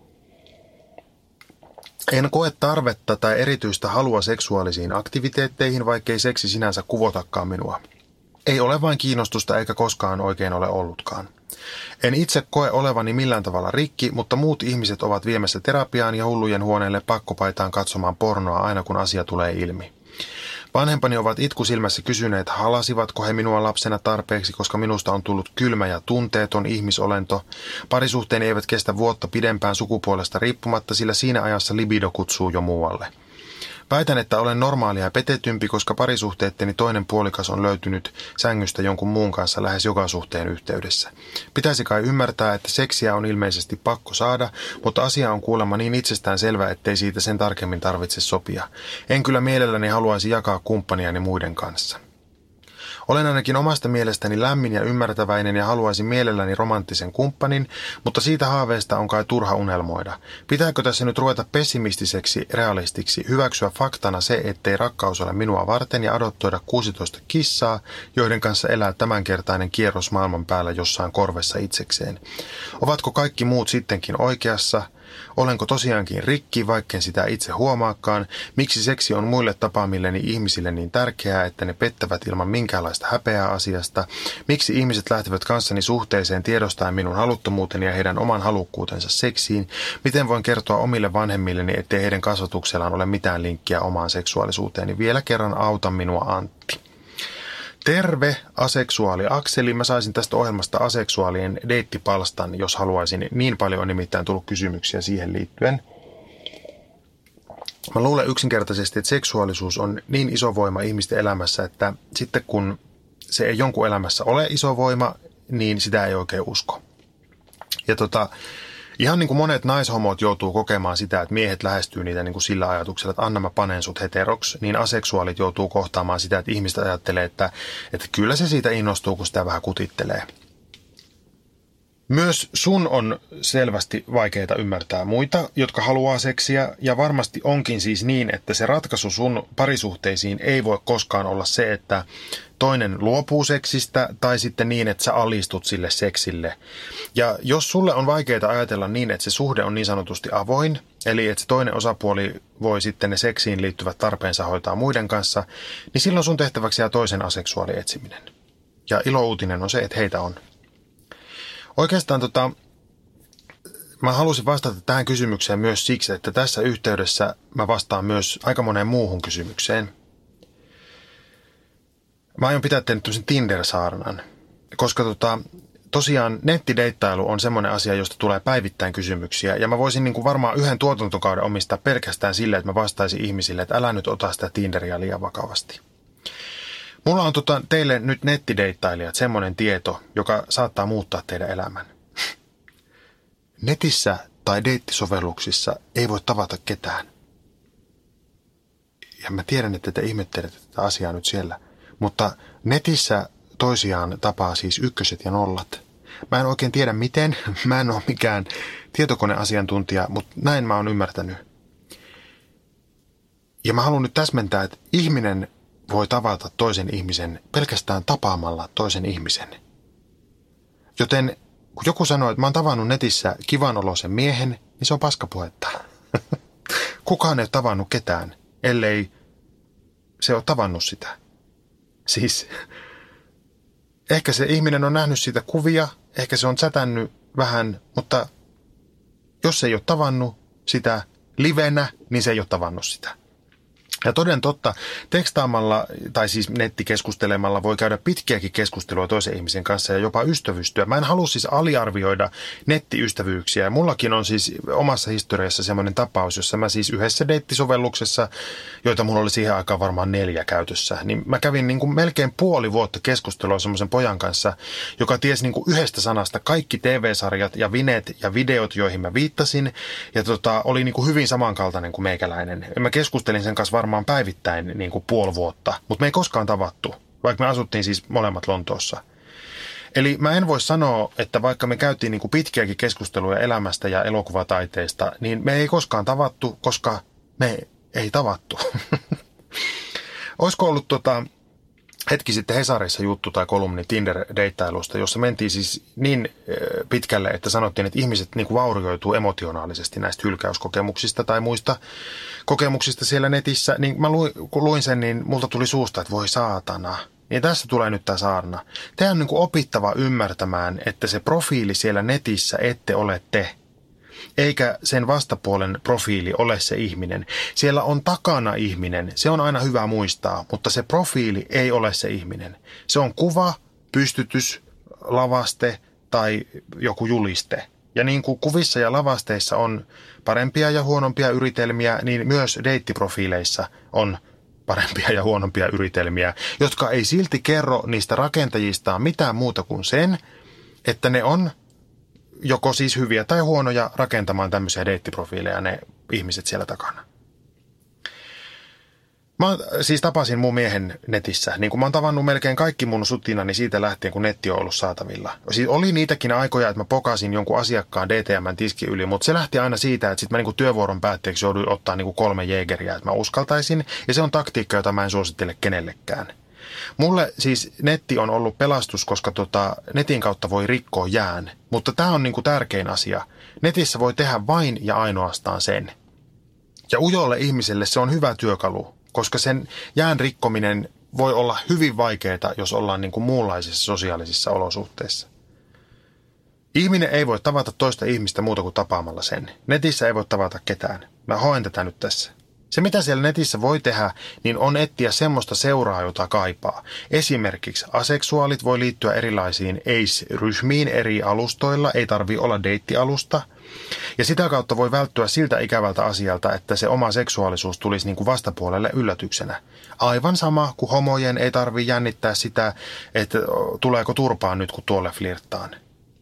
En koe tarvetta tai erityistä halua seksuaalisiin aktiviteetteihin, vaikkei seksi sinänsä kuvotakaan minua. Ei ole vain kiinnostusta eikä koskaan oikein ole ollutkaan. En itse koe olevani millään tavalla rikki, mutta muut ihmiset ovat viemässä terapiaan ja hullujen huoneelle pakkopaitaan katsomaan pornoa aina kun asia tulee ilmi. Vanhempani ovat itkusilmässä kysyneet, halasivatko he minua lapsena tarpeeksi, koska minusta on tullut kylmä ja tunteeton ihmisolento. Parisuhteeni eivät kestä vuotta pidempään sukupuolesta riippumatta, sillä siinä ajassa libido kutsuu jo muualle. Väitän, että olen normaalia ja petetympi, koska parisuhteetteni toinen puolikas on löytynyt sängystä jonkun muun kanssa lähes joka suhteen yhteydessä. Pitäisi kai ymmärtää, että seksiä on ilmeisesti pakko saada, mutta asia on kuulemma niin itsestään selvä, ettei siitä sen tarkemmin tarvitse sopia. En kyllä mielelläni haluaisi jakaa kumppaniani muiden kanssa. Olen ainakin omasta mielestäni lämmin ja ymmärtäväinen ja haluaisin mielelläni romanttisen kumppanin, mutta siitä haaveesta on kai turha unelmoida. Pitääkö tässä nyt ruveta pessimistiseksi realistiksi, hyväksyä faktana se, ettei rakkaus ole minua varten ja adoptoida kuusitoista kissaa, joiden kanssa elää tämänkertainen kierros maailman päällä jossain korvessa itsekseen? Ovatko kaikki muut sittenkin oikeassa? Olenko tosiaankin rikki, vaikken sitä itse huomaakaan? Miksi seksi on muille tapaamilleni ihmisille niin tärkeää, että ne pettävät ilman minkäänlaista häpeää asiasta? Miksi ihmiset lähtevät kanssani suhteeseen tiedostaen minun haluttomuuteni ja heidän oman halukkuutensa seksiin? Miten voin kertoa omille vanhemmilleni, ettei heidän kasvatuksellaan ole mitään linkkiä omaan seksuaalisuuteeni? Vielä kerran auta minua, Antti. Terve, aseksuaali Akseli. Mä saisin tästä ohjelmasta aseksuaalien deittipalstan, jos haluaisin. Niin paljon on nimittäin tullut kysymyksiä siihen liittyen. Mä luulen yksinkertaisesti, että seksuaalisuus on niin iso voima ihmisten elämässä, että sitten kun se ei jonkun elämässä ole iso voima, niin sitä ei oikein usko. Ja tota, ihan niin kuin monet naishomot joutuu kokemaan sitä, että miehet lähestyy niitä niin kuin sillä ajatuksella, että anna mä panen sut heteroksi, niin aseksuaalit joutuu kohtaamaan sitä, että ihmiset ajattelee, että, että kyllä se siitä innostuu, kun sitä vähän kutittelee. Myös sun on selvästi vaikeaa ymmärtää muita, jotka haluaa seksiä, ja varmasti onkin siis niin, että se ratkaisu sun parisuhteisiin ei voi koskaan olla se, että toinen luopuu seksistä tai sitten niin, että sä alistut sille seksille. Ja jos sulle on vaikeaa ajatella niin, että se suhde on niin sanotusti avoin, eli että se toinen osapuoli voi sitten ne seksiin liittyvät tarpeensa hoitaa muiden kanssa, niin silloin sun tehtäväksi jää toisen aseksuaali etsiminen. Ja ilouutinen on se, että heitä on. Oikeastaan tota, mä halusin vastata tähän kysymykseen myös siksi, että tässä yhteydessä mä vastaan myös aika moneen muuhun kysymykseen. Mä aion pitää teille tämmöisen Tinder-saarnan, koska tota, tosiaan nettideittailu on semmoinen asia, josta tulee päivittäin kysymyksiä. Ja mä voisin niin kuin varmaan yhden tuotantokauden omistaa pelkästään sille, että mä vastaisin ihmisille, että älä nyt ota sitä Tinderia liian vakavasti. Mulla on tota, teille nyt nettideittailijat semmoinen tieto, joka saattaa muuttaa teidän elämän. Netissä tai deittisovelluksissa ei voi tavata ketään. Ja mä tiedän, että te ihmettelette tätä asiaa nyt siellä. Mutta netissä toisiaan tapaa siis ykköset ja nollat. Mä en oikein tiedä miten, mä en ole mikään tietokoneasiantuntija, mutta näin mä oon ymmärtänyt. Ja mä haluan nyt täsmentää, että ihminen voi tavata toisen ihmisen pelkästään tapaamalla toisen ihmisen. Joten kun joku sanoo, että mä oon tavannut netissä kivanoloisen miehen, niin se on paskapuhetta. Kukaan ei ole tavannut ketään, ellei se ole tavannut sitä. Siis ehkä se ihminen on nähnyt siitä kuvia, ehkä se on chatannut vähän, mutta jos ei ole tavannut sitä livenä, niin se ei ole tavannut sitä. Ja toden totta, tekstaamalla tai siis nettikeskustelemalla voi käydä pitkiäkin keskustelua toisen ihmisen kanssa ja jopa ystävystyä. Mä en halua siis aliarvioida nettiystävyyksiä. Ja mullakin on siis omassa historiassa semmoinen tapaus, jossa mä siis yhdessä deittisovelluksessa, joita mulla oli siihen aikaan varmaan neljä käytössä, niin mä kävin niin kuin melkein puoli vuotta keskustelua semmoisen pojan kanssa, joka tiesi niin kuin yhdestä sanasta kaikki T V-sarjat ja vinet ja videot, joihin mä viittasin. Ja tota, oli niin kuin hyvin samankaltainen kuin meikäläinen. Mä keskustelin sen kanssa varmaan päivittäin niin kuin puoli vuotta, mutta me ei koskaan tavattu, vaikka me asuttiin siis molemmat Lontoossa. Eli mä en voi sanoa, että vaikka me käytiin niin kuin pitkiäkin keskusteluja elämästä ja elokuvataiteesta, niin me ei koskaan tavattu, koska me ei tavattu. Olisiko ollut tota, hetki sitten Hesarissa juttu tai kolumni Tinder-deittailusta, jossa mentiin siis niin pitkälle, että sanottiin, että ihmiset niin kuin vaurioituu emotionaalisesti näistä hylkäyskokemuksista tai muista kokemuksista siellä netissä. Niin mä luin, kun luin sen, niin multa tuli suusta, että voi saatana. Niin tässä tulee nyt tämä saarna. Teidän on niin kuin opittava ymmärtämään, että se profiili siellä netissä ette ole te. Eikä sen vastapuolen profiili ole se ihminen. Siellä on takana ihminen, se on aina hyvä muistaa, mutta se profiili ei ole se ihminen. Se on kuva, pystytys, lavaste tai joku juliste. Ja niin kuin kuvissa ja lavasteissa on parempia ja huonompia yritelmiä, niin myös deittiprofiileissa on parempia ja huonompia yritelmiä, jotka ei silti kerro niistä rakentajistaan mitään muuta kuin sen, että ne on joko siis hyviä tai huonoja rakentamaan tämmöisiä deittiprofiileja ne ihmiset siellä takana. Mä siis tapasin mun miehen netissä, niin kuin mä oon tavannut melkein kaikki mun sutinani siitä lähtien, kun netti on ollut saatavilla. Siis oli niitäkin aikoja, että mä pokasin jonkun asiakkaan D T M:n tiski yli, mutta se lähti aina siitä, että sit mä niin kuin työvuoron päätteeksi jouduin ottaa niin kuin kolme jeegeriä, että mä uskaltaisin, ja se on taktiikka, jota mä en suosittele kenellekään. Mulle siis netti on ollut pelastus, koska tota, netin kautta voi rikkoa jään, mutta tämä on niinku tärkein asia. Netissä voi tehdä vain ja ainoastaan sen. Ja ujolle ihmiselle se on hyvä työkalu, koska sen jään rikkominen voi olla hyvin vaikeaa, jos ollaan niinku muunlaisissa sosiaalisissa olosuhteissa. Ihminen ei voi tavata toista ihmistä muuta kuin tapaamalla sen. Netissä ei voi tavata ketään. Mä hoen tätä nyt tässä. Se, mitä siellä netissä voi tehdä, niin on etsiä semmoista seuraa, jota kaipaa. Esimerkiksi aseksuaalit voi liittyä erilaisiin A C E-ryhmiin eri alustoilla, ei tarvitse olla deittialusta. Ja sitä kautta voi välttyä siltä ikävältä asialta, että se oma seksuaalisuus tulisi niin kuin vastapuolelle yllätyksenä. Aivan sama kuin homojen ei tarvitse jännittää sitä, että tuleeko turpaan nyt, kun tuolle flirttaan.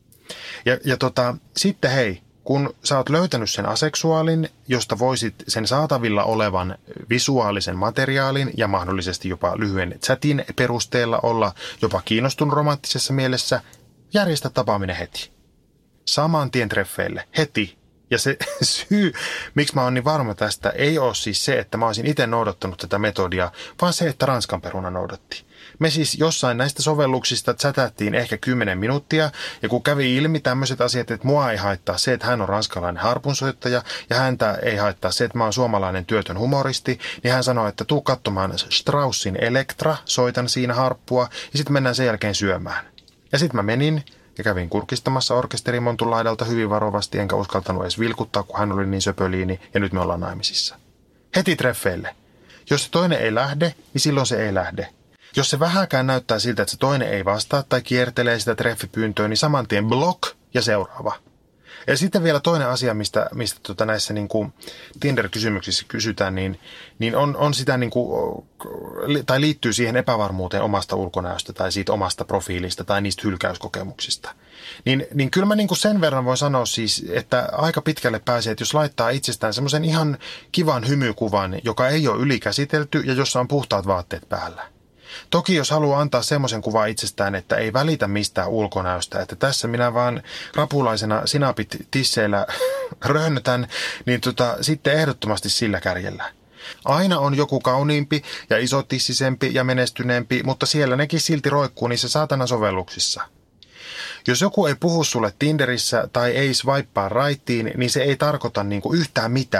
Ja, ja tota, sitten hei. Kun sä oot löytänyt sen aseksuaalin, josta voisit sen saatavilla olevan visuaalisen materiaalin ja mahdollisesti jopa lyhyen chatin perusteella olla jopa kiinnostunut romanttisessa mielessä, järjestä tapaaminen heti. Saman tien treffeille, heti. Ja se syy, miksi mä oon niin varma tästä, ei ole siis se, että mä olisin itse noudattanut tätä metodia, vaan se, että Ranskan peruna noudatti. Me siis jossain näistä sovelluksista chatattiin ehkä kymmenen minuuttia, ja kun kävi ilmi tämmöiset asiat, että mua ei haittaa se, että hän on ranskalainen harpunsoittaja, ja häntä ei haittaa se, että mä oon suomalainen työtön humoristi, niin hän sanoi, että tuu katsomaan Straussin Elektra, soitan siinä harppua, ja sitten mennään sen jälkeen syömään. Ja sitten mä menin, ja kävin kurkistamassa orkesterimontun laidalta hyvin varovasti, enkä uskaltanut edes vilkuttaa, kun hän oli niin söpöliini, ja nyt me ollaan naimisissa. Heti treffeille. Jos se toinen ei lähde, niin silloin se ei lähde. Jos se vähäkään näyttää siltä, että se toinen ei vastaa tai kiertelee sitä treffipyyntöä, niin saman tien block ja seuraava. Ja sitten vielä toinen asia, mistä, mistä tota näissä niin kuin Tinder-kysymyksissä kysytään, niin, niin on, on sitä niin kuin, tai liittyy siihen epävarmuuteen omasta ulkonäöstä tai siitä omasta profiilista tai niistä hylkäyskokemuksista. Niin, niin kyllä mä niin kuin sen verran voin sanoa siis, että aika pitkälle pääsee, että jos laittaa itsestään semmoisen ihan kivan hymykuvan, joka ei ole ylikäsitelty ja jossa on puhtaat vaatteet päällä. Toki jos haluaa antaa semmoisen kuvan itsestään, että ei välitä mistään ulkonäöstä, että tässä minä vaan rapulaisena sinapit tisseillä röhnötän, niin tota, sitten ehdottomasti sillä kärjellä. Aina on joku kauniimpi ja isotissisempi ja menestyneempi, mutta siellä nekin silti roikkuu niissä saatana sovelluksissa. Jos joku ei puhu sulle Tinderissä tai ei swipea raittiin, niin se ei tarkoita niinku yhtään mitään.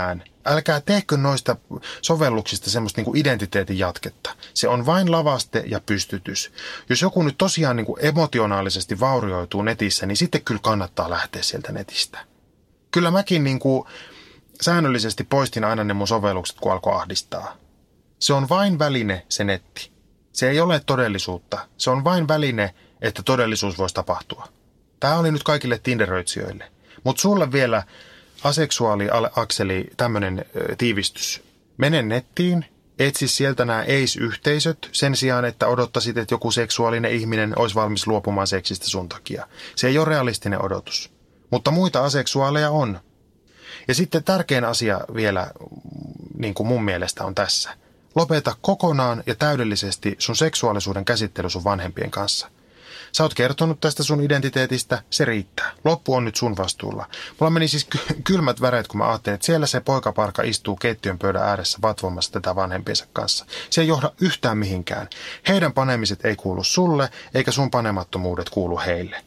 älkää tehkö noista sovelluksista semmoista niin kuin identiteetin jatketta. Se on vain lavaste ja pystytys. Jos joku nyt tosiaan niin kuin emotionaalisesti vaurioituu netissä, niin sitten kyllä kannattaa lähteä sieltä netistä. Kyllä mäkin niin kuin säännöllisesti poistin aina ne mun sovellukset, kun alkoi ahdistaa. Se on vain väline, se netti. Se ei ole todellisuutta. Se on vain väline, että todellisuus voisi tapahtua. Tämä oli nyt kaikille tinderöitsijöille. Mutta sulle vielä aseksuaali-akseli tämmöinen tiivistys. Mene nettiin, etsi sieltä nämä eis-yhteisöt sen sijaan, että odottaisit, että joku seksuaalinen ihminen olisi valmis luopumaan seksistä sun takia. Se ei ole realistinen odotus. Mutta muita aseksuaaleja on. Ja sitten tärkein asia vielä, niin kuin mun mielestä on tässä. Lopeta kokonaan ja täydellisesti sun seksuaalisuuden käsittely sun vanhempien kanssa. Sä oot kertonut tästä sun identiteetistä, se riittää. Loppu on nyt sun vastuulla. Mulla meni siis kylmät väreet, kun mä ajattelin, että siellä se poikaparka istuu keittiön pöydän ääressä vatvomassa tätä vanhempiensa kanssa. Se ei johda yhtään mihinkään. Heidän panemiset ei kuulu sulle, eikä sun panemattomuudet kuulu heille.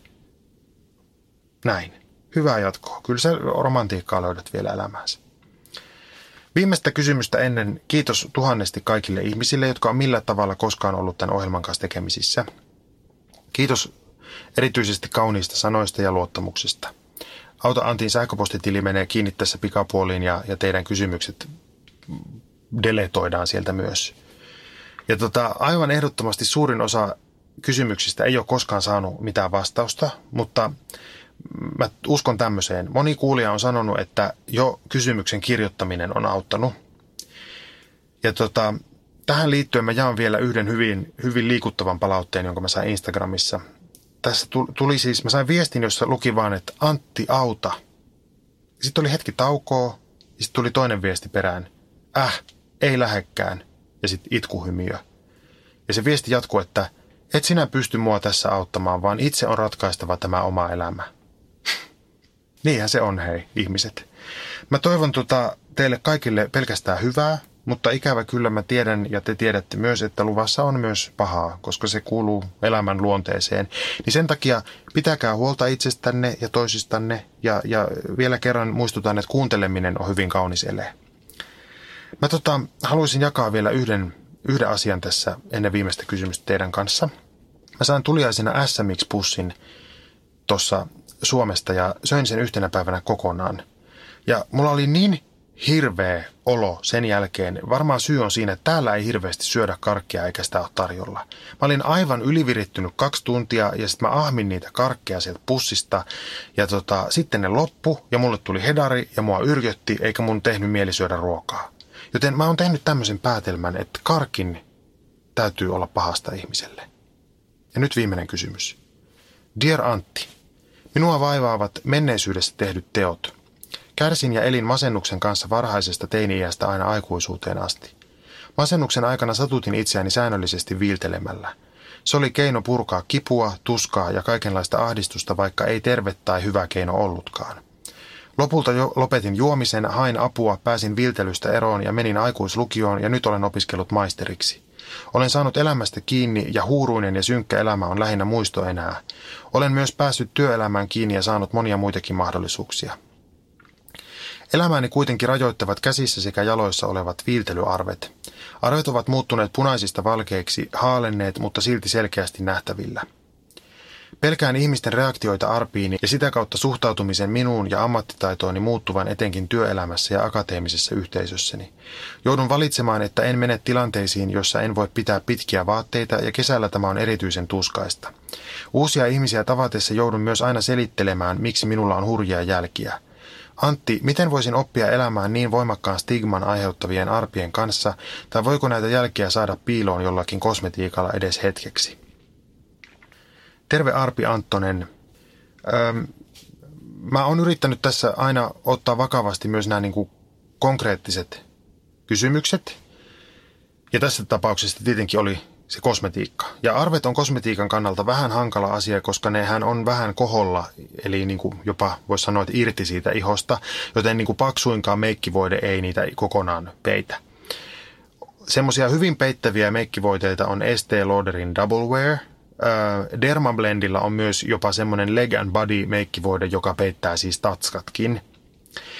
Näin. Hyvää jatkoa. Kyllä sä romantiikkaa löydät vielä elämäänsä. Viimeistä kysymystä ennen kiitos tuhannesti kaikille ihmisille, jotka on millä tavalla koskaan ollut tämän ohjelman kanssa tekemisissä. Kiitos erityisesti kauniista sanoista ja luottamuksesta. Auta Antin sähköpostitili menee kiinni tässä pikapuoliin ja, ja teidän kysymykset deletoidaan sieltä myös. Ja tota, aivan ehdottomasti suurin osa kysymyksistä ei ole koskaan saanut mitään vastausta, mutta mä uskon tämmöiseen. Moni kuulija on sanonut, että jo kysymyksen kirjoittaminen on auttanut. Ja tota, tähän liittyen mä jaan vielä yhden hyvin, hyvin liikuttavan palautteen, jonka mä sain Instagramissa. Tässä tuli siis, mä sain viestin, jossa luki vaan, että Antti auta. Sitten oli hetki taukoa ja sitten tuli toinen viesti perään. Äh, ei lähekkään. Ja sitten itkuhymiö. Ja se viesti jatkuu, että et sinä pysty mua tässä auttamaan, vaan itse on ratkaistava tämä oma elämä. Niinhän se on, hei, ihmiset. Mä toivon tota teille kaikille pelkästään hyvää, mutta ikävä kyllä mä tiedän ja te tiedätte myös, että luvassa on myös pahaa, koska se kuuluu elämän luonteeseen. Niin sen takia pitäkää huolta itsestänne ja toisistanne ja, ja vielä kerran muistutan, että kuunteleminen on hyvin kaunis ele. Mä tota, haluaisin jakaa vielä yhden, yhden asian tässä ennen viimeistä kysymystä teidän kanssa. Mä sain tuliaisena S M X-pussin tuossa Suomesta ja söin sen yhtenä päivänä kokonaan. Ja mulla oli niin hirveä olo sen jälkeen. Varmaan syy on siinä, että täällä ei hirveästi syödä karkkia eikä sitä ole tarjolla. Mä olin aivan ylivirittynyt kaksi tuntia ja sitten mä ahmin niitä karkkeja sieltä pussista. Ja tota, sitten ne loppu ja mulle tuli hedari ja mua yrjötti eikä mun tehnyt mieli syödä ruokaa. Joten mä oon tehnyt tämmöisen päätelmän, että karkin täytyy olla pahasta ihmiselle. Ja nyt viimeinen kysymys. Dear Antti, minua vaivaavat menneisyydessä tehdyt teot. Kärsin ja elin masennuksen kanssa varhaisesta teini-iästä aina aikuisuuteen asti. Masennuksen aikana satutin itseäni säännöllisesti viiltelemällä. Se oli keino purkaa kipua, tuskaa ja kaikenlaista ahdistusta, vaikka ei terve tai hyvä keino ollutkaan. Lopulta jo lopetin juomisen, hain apua, pääsin viiltelystä eroon ja menin aikuislukioon ja nyt olen opiskellut maisteriksi. Olen saanut elämästä kiinni ja huuruinen ja synkkä elämä on lähinnä muisto enää. Olen myös päässyt työelämään kiinni ja saanut monia muitakin mahdollisuuksia. Elämääni kuitenkin rajoittavat käsissä sekä jaloissa olevat viiltelyarvet. Arvet ovat muuttuneet punaisista valkeiksi, haalenneet, mutta silti selkeästi nähtävillä. Pelkään ihmisten reaktioita arpiini ja sitä kautta suhtautumisen minuun ja ammattitaitooni muuttuvan etenkin työelämässä ja akateemisessa yhteisössäni. Joudun valitsemaan, että en mene tilanteisiin, joissa en voi pitää pitkiä vaatteita ja kesällä tämä on erityisen tuskaista. Uusia ihmisiä tavatessa joudun myös aina selittelemään, miksi minulla on hurjia jälkiä. Antti, miten voisin oppia elämään niin voimakkaan stigman aiheuttavien arpien kanssa, tai voiko näitä jälkiä saada piiloon jollakin kosmetiikalla edes hetkeksi? Terve Arpi Anttonen. Öm, mä oon yrittänyt tässä aina ottaa vakavasti myös nämä niin kuin konkreettiset kysymykset. Ja tässä tapauksessa tietenkin oli se kosmetiikka. Ja arvet on kosmetiikan kannalta vähän hankala asia, koska nehän on vähän koholla, eli niin kuin jopa voisi sanoa, että irti siitä ihosta, joten niin kuin paksuinkaan meikkivoide ei niitä kokonaan peitä. Semmoisia hyvin peittäviä meikkivoiteita on Estée Lauderin Double Wear. Dermablendilla on myös jopa semmoinen Leg and Body meikkivoide, joka peittää siis tatskatkin.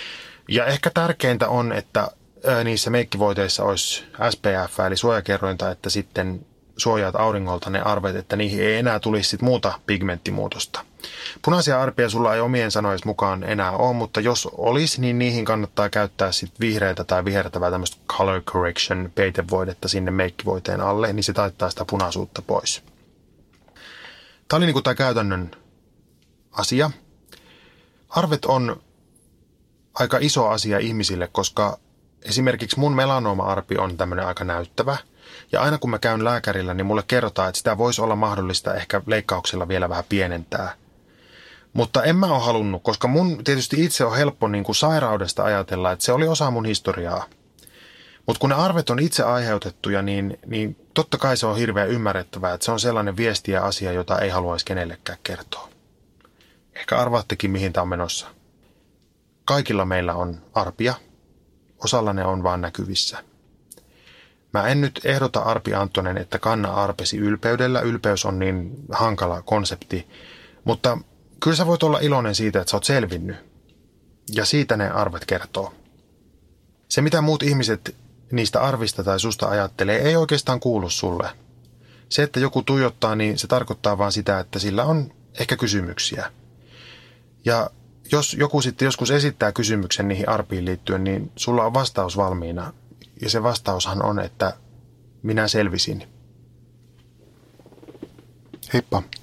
Ja ehkä tärkeintä on, että niissä meikkivoiteissa olisi S P F, eli suojakerrointa, että sitten suojaat auringolta ne arvet, että niihin ei enää tulisi sit muuta pigmenttimuutosta. Punaisia arpia sulla ei omien sanojen mukaan enää ole, mutta jos olisi, niin niihin kannattaa käyttää sit vihreätä tai vihertävää tämmöistä color correction peitevoidetta sinne meikkivoiteen alle, niin se taittaa sitä punaisuutta pois. Tämä oli niinku tämä käytännön asia. Arvet on aika iso asia ihmisille, koska esimerkiksi mun melanooma-arpi on tämmöinen aika näyttävä. Ja aina kun mä käyn lääkärillä, niin mulle kerrotaan, että sitä voisi olla mahdollista ehkä leikkauksella vielä vähän pienentää. Mutta en mä ole halunnut, koska mun tietysti itse on helppo niin kuin sairaudesta ajatella, että se oli osa mun historiaa. Mutta kun ne arvet on itse aiheutettuja, niin, niin totta kai se on hirveän ymmärrettävää, että se on sellainen viesti ja asia, jota ei haluaisi kenellekään kertoa. Ehkä arvaattekin, mihin tämä on menossa. Kaikilla meillä on arpia. Osalla ne on vaan näkyvissä. Mä en nyt ehdota Arpi Anttonen, että kanna arpesi ylpeydellä. Ylpeys on niin hankala konsepti. Mutta kyllä sä voit olla iloinen siitä, että sä oot selvinnyt. Ja siitä ne arvet kertoo. Se, mitä muut ihmiset niistä arvista tai susta ajattelee, ei oikeastaan kuulu sulle. Se, että joku tuijottaa, niin se tarkoittaa vaan sitä, että sillä on ehkä kysymyksiä. Ja jos joku sitten joskus esittää kysymyksen niihin arpiin liittyen, niin sulla on vastaus valmiina. Ja se vastaushan on, että minä selvisin. Heippa.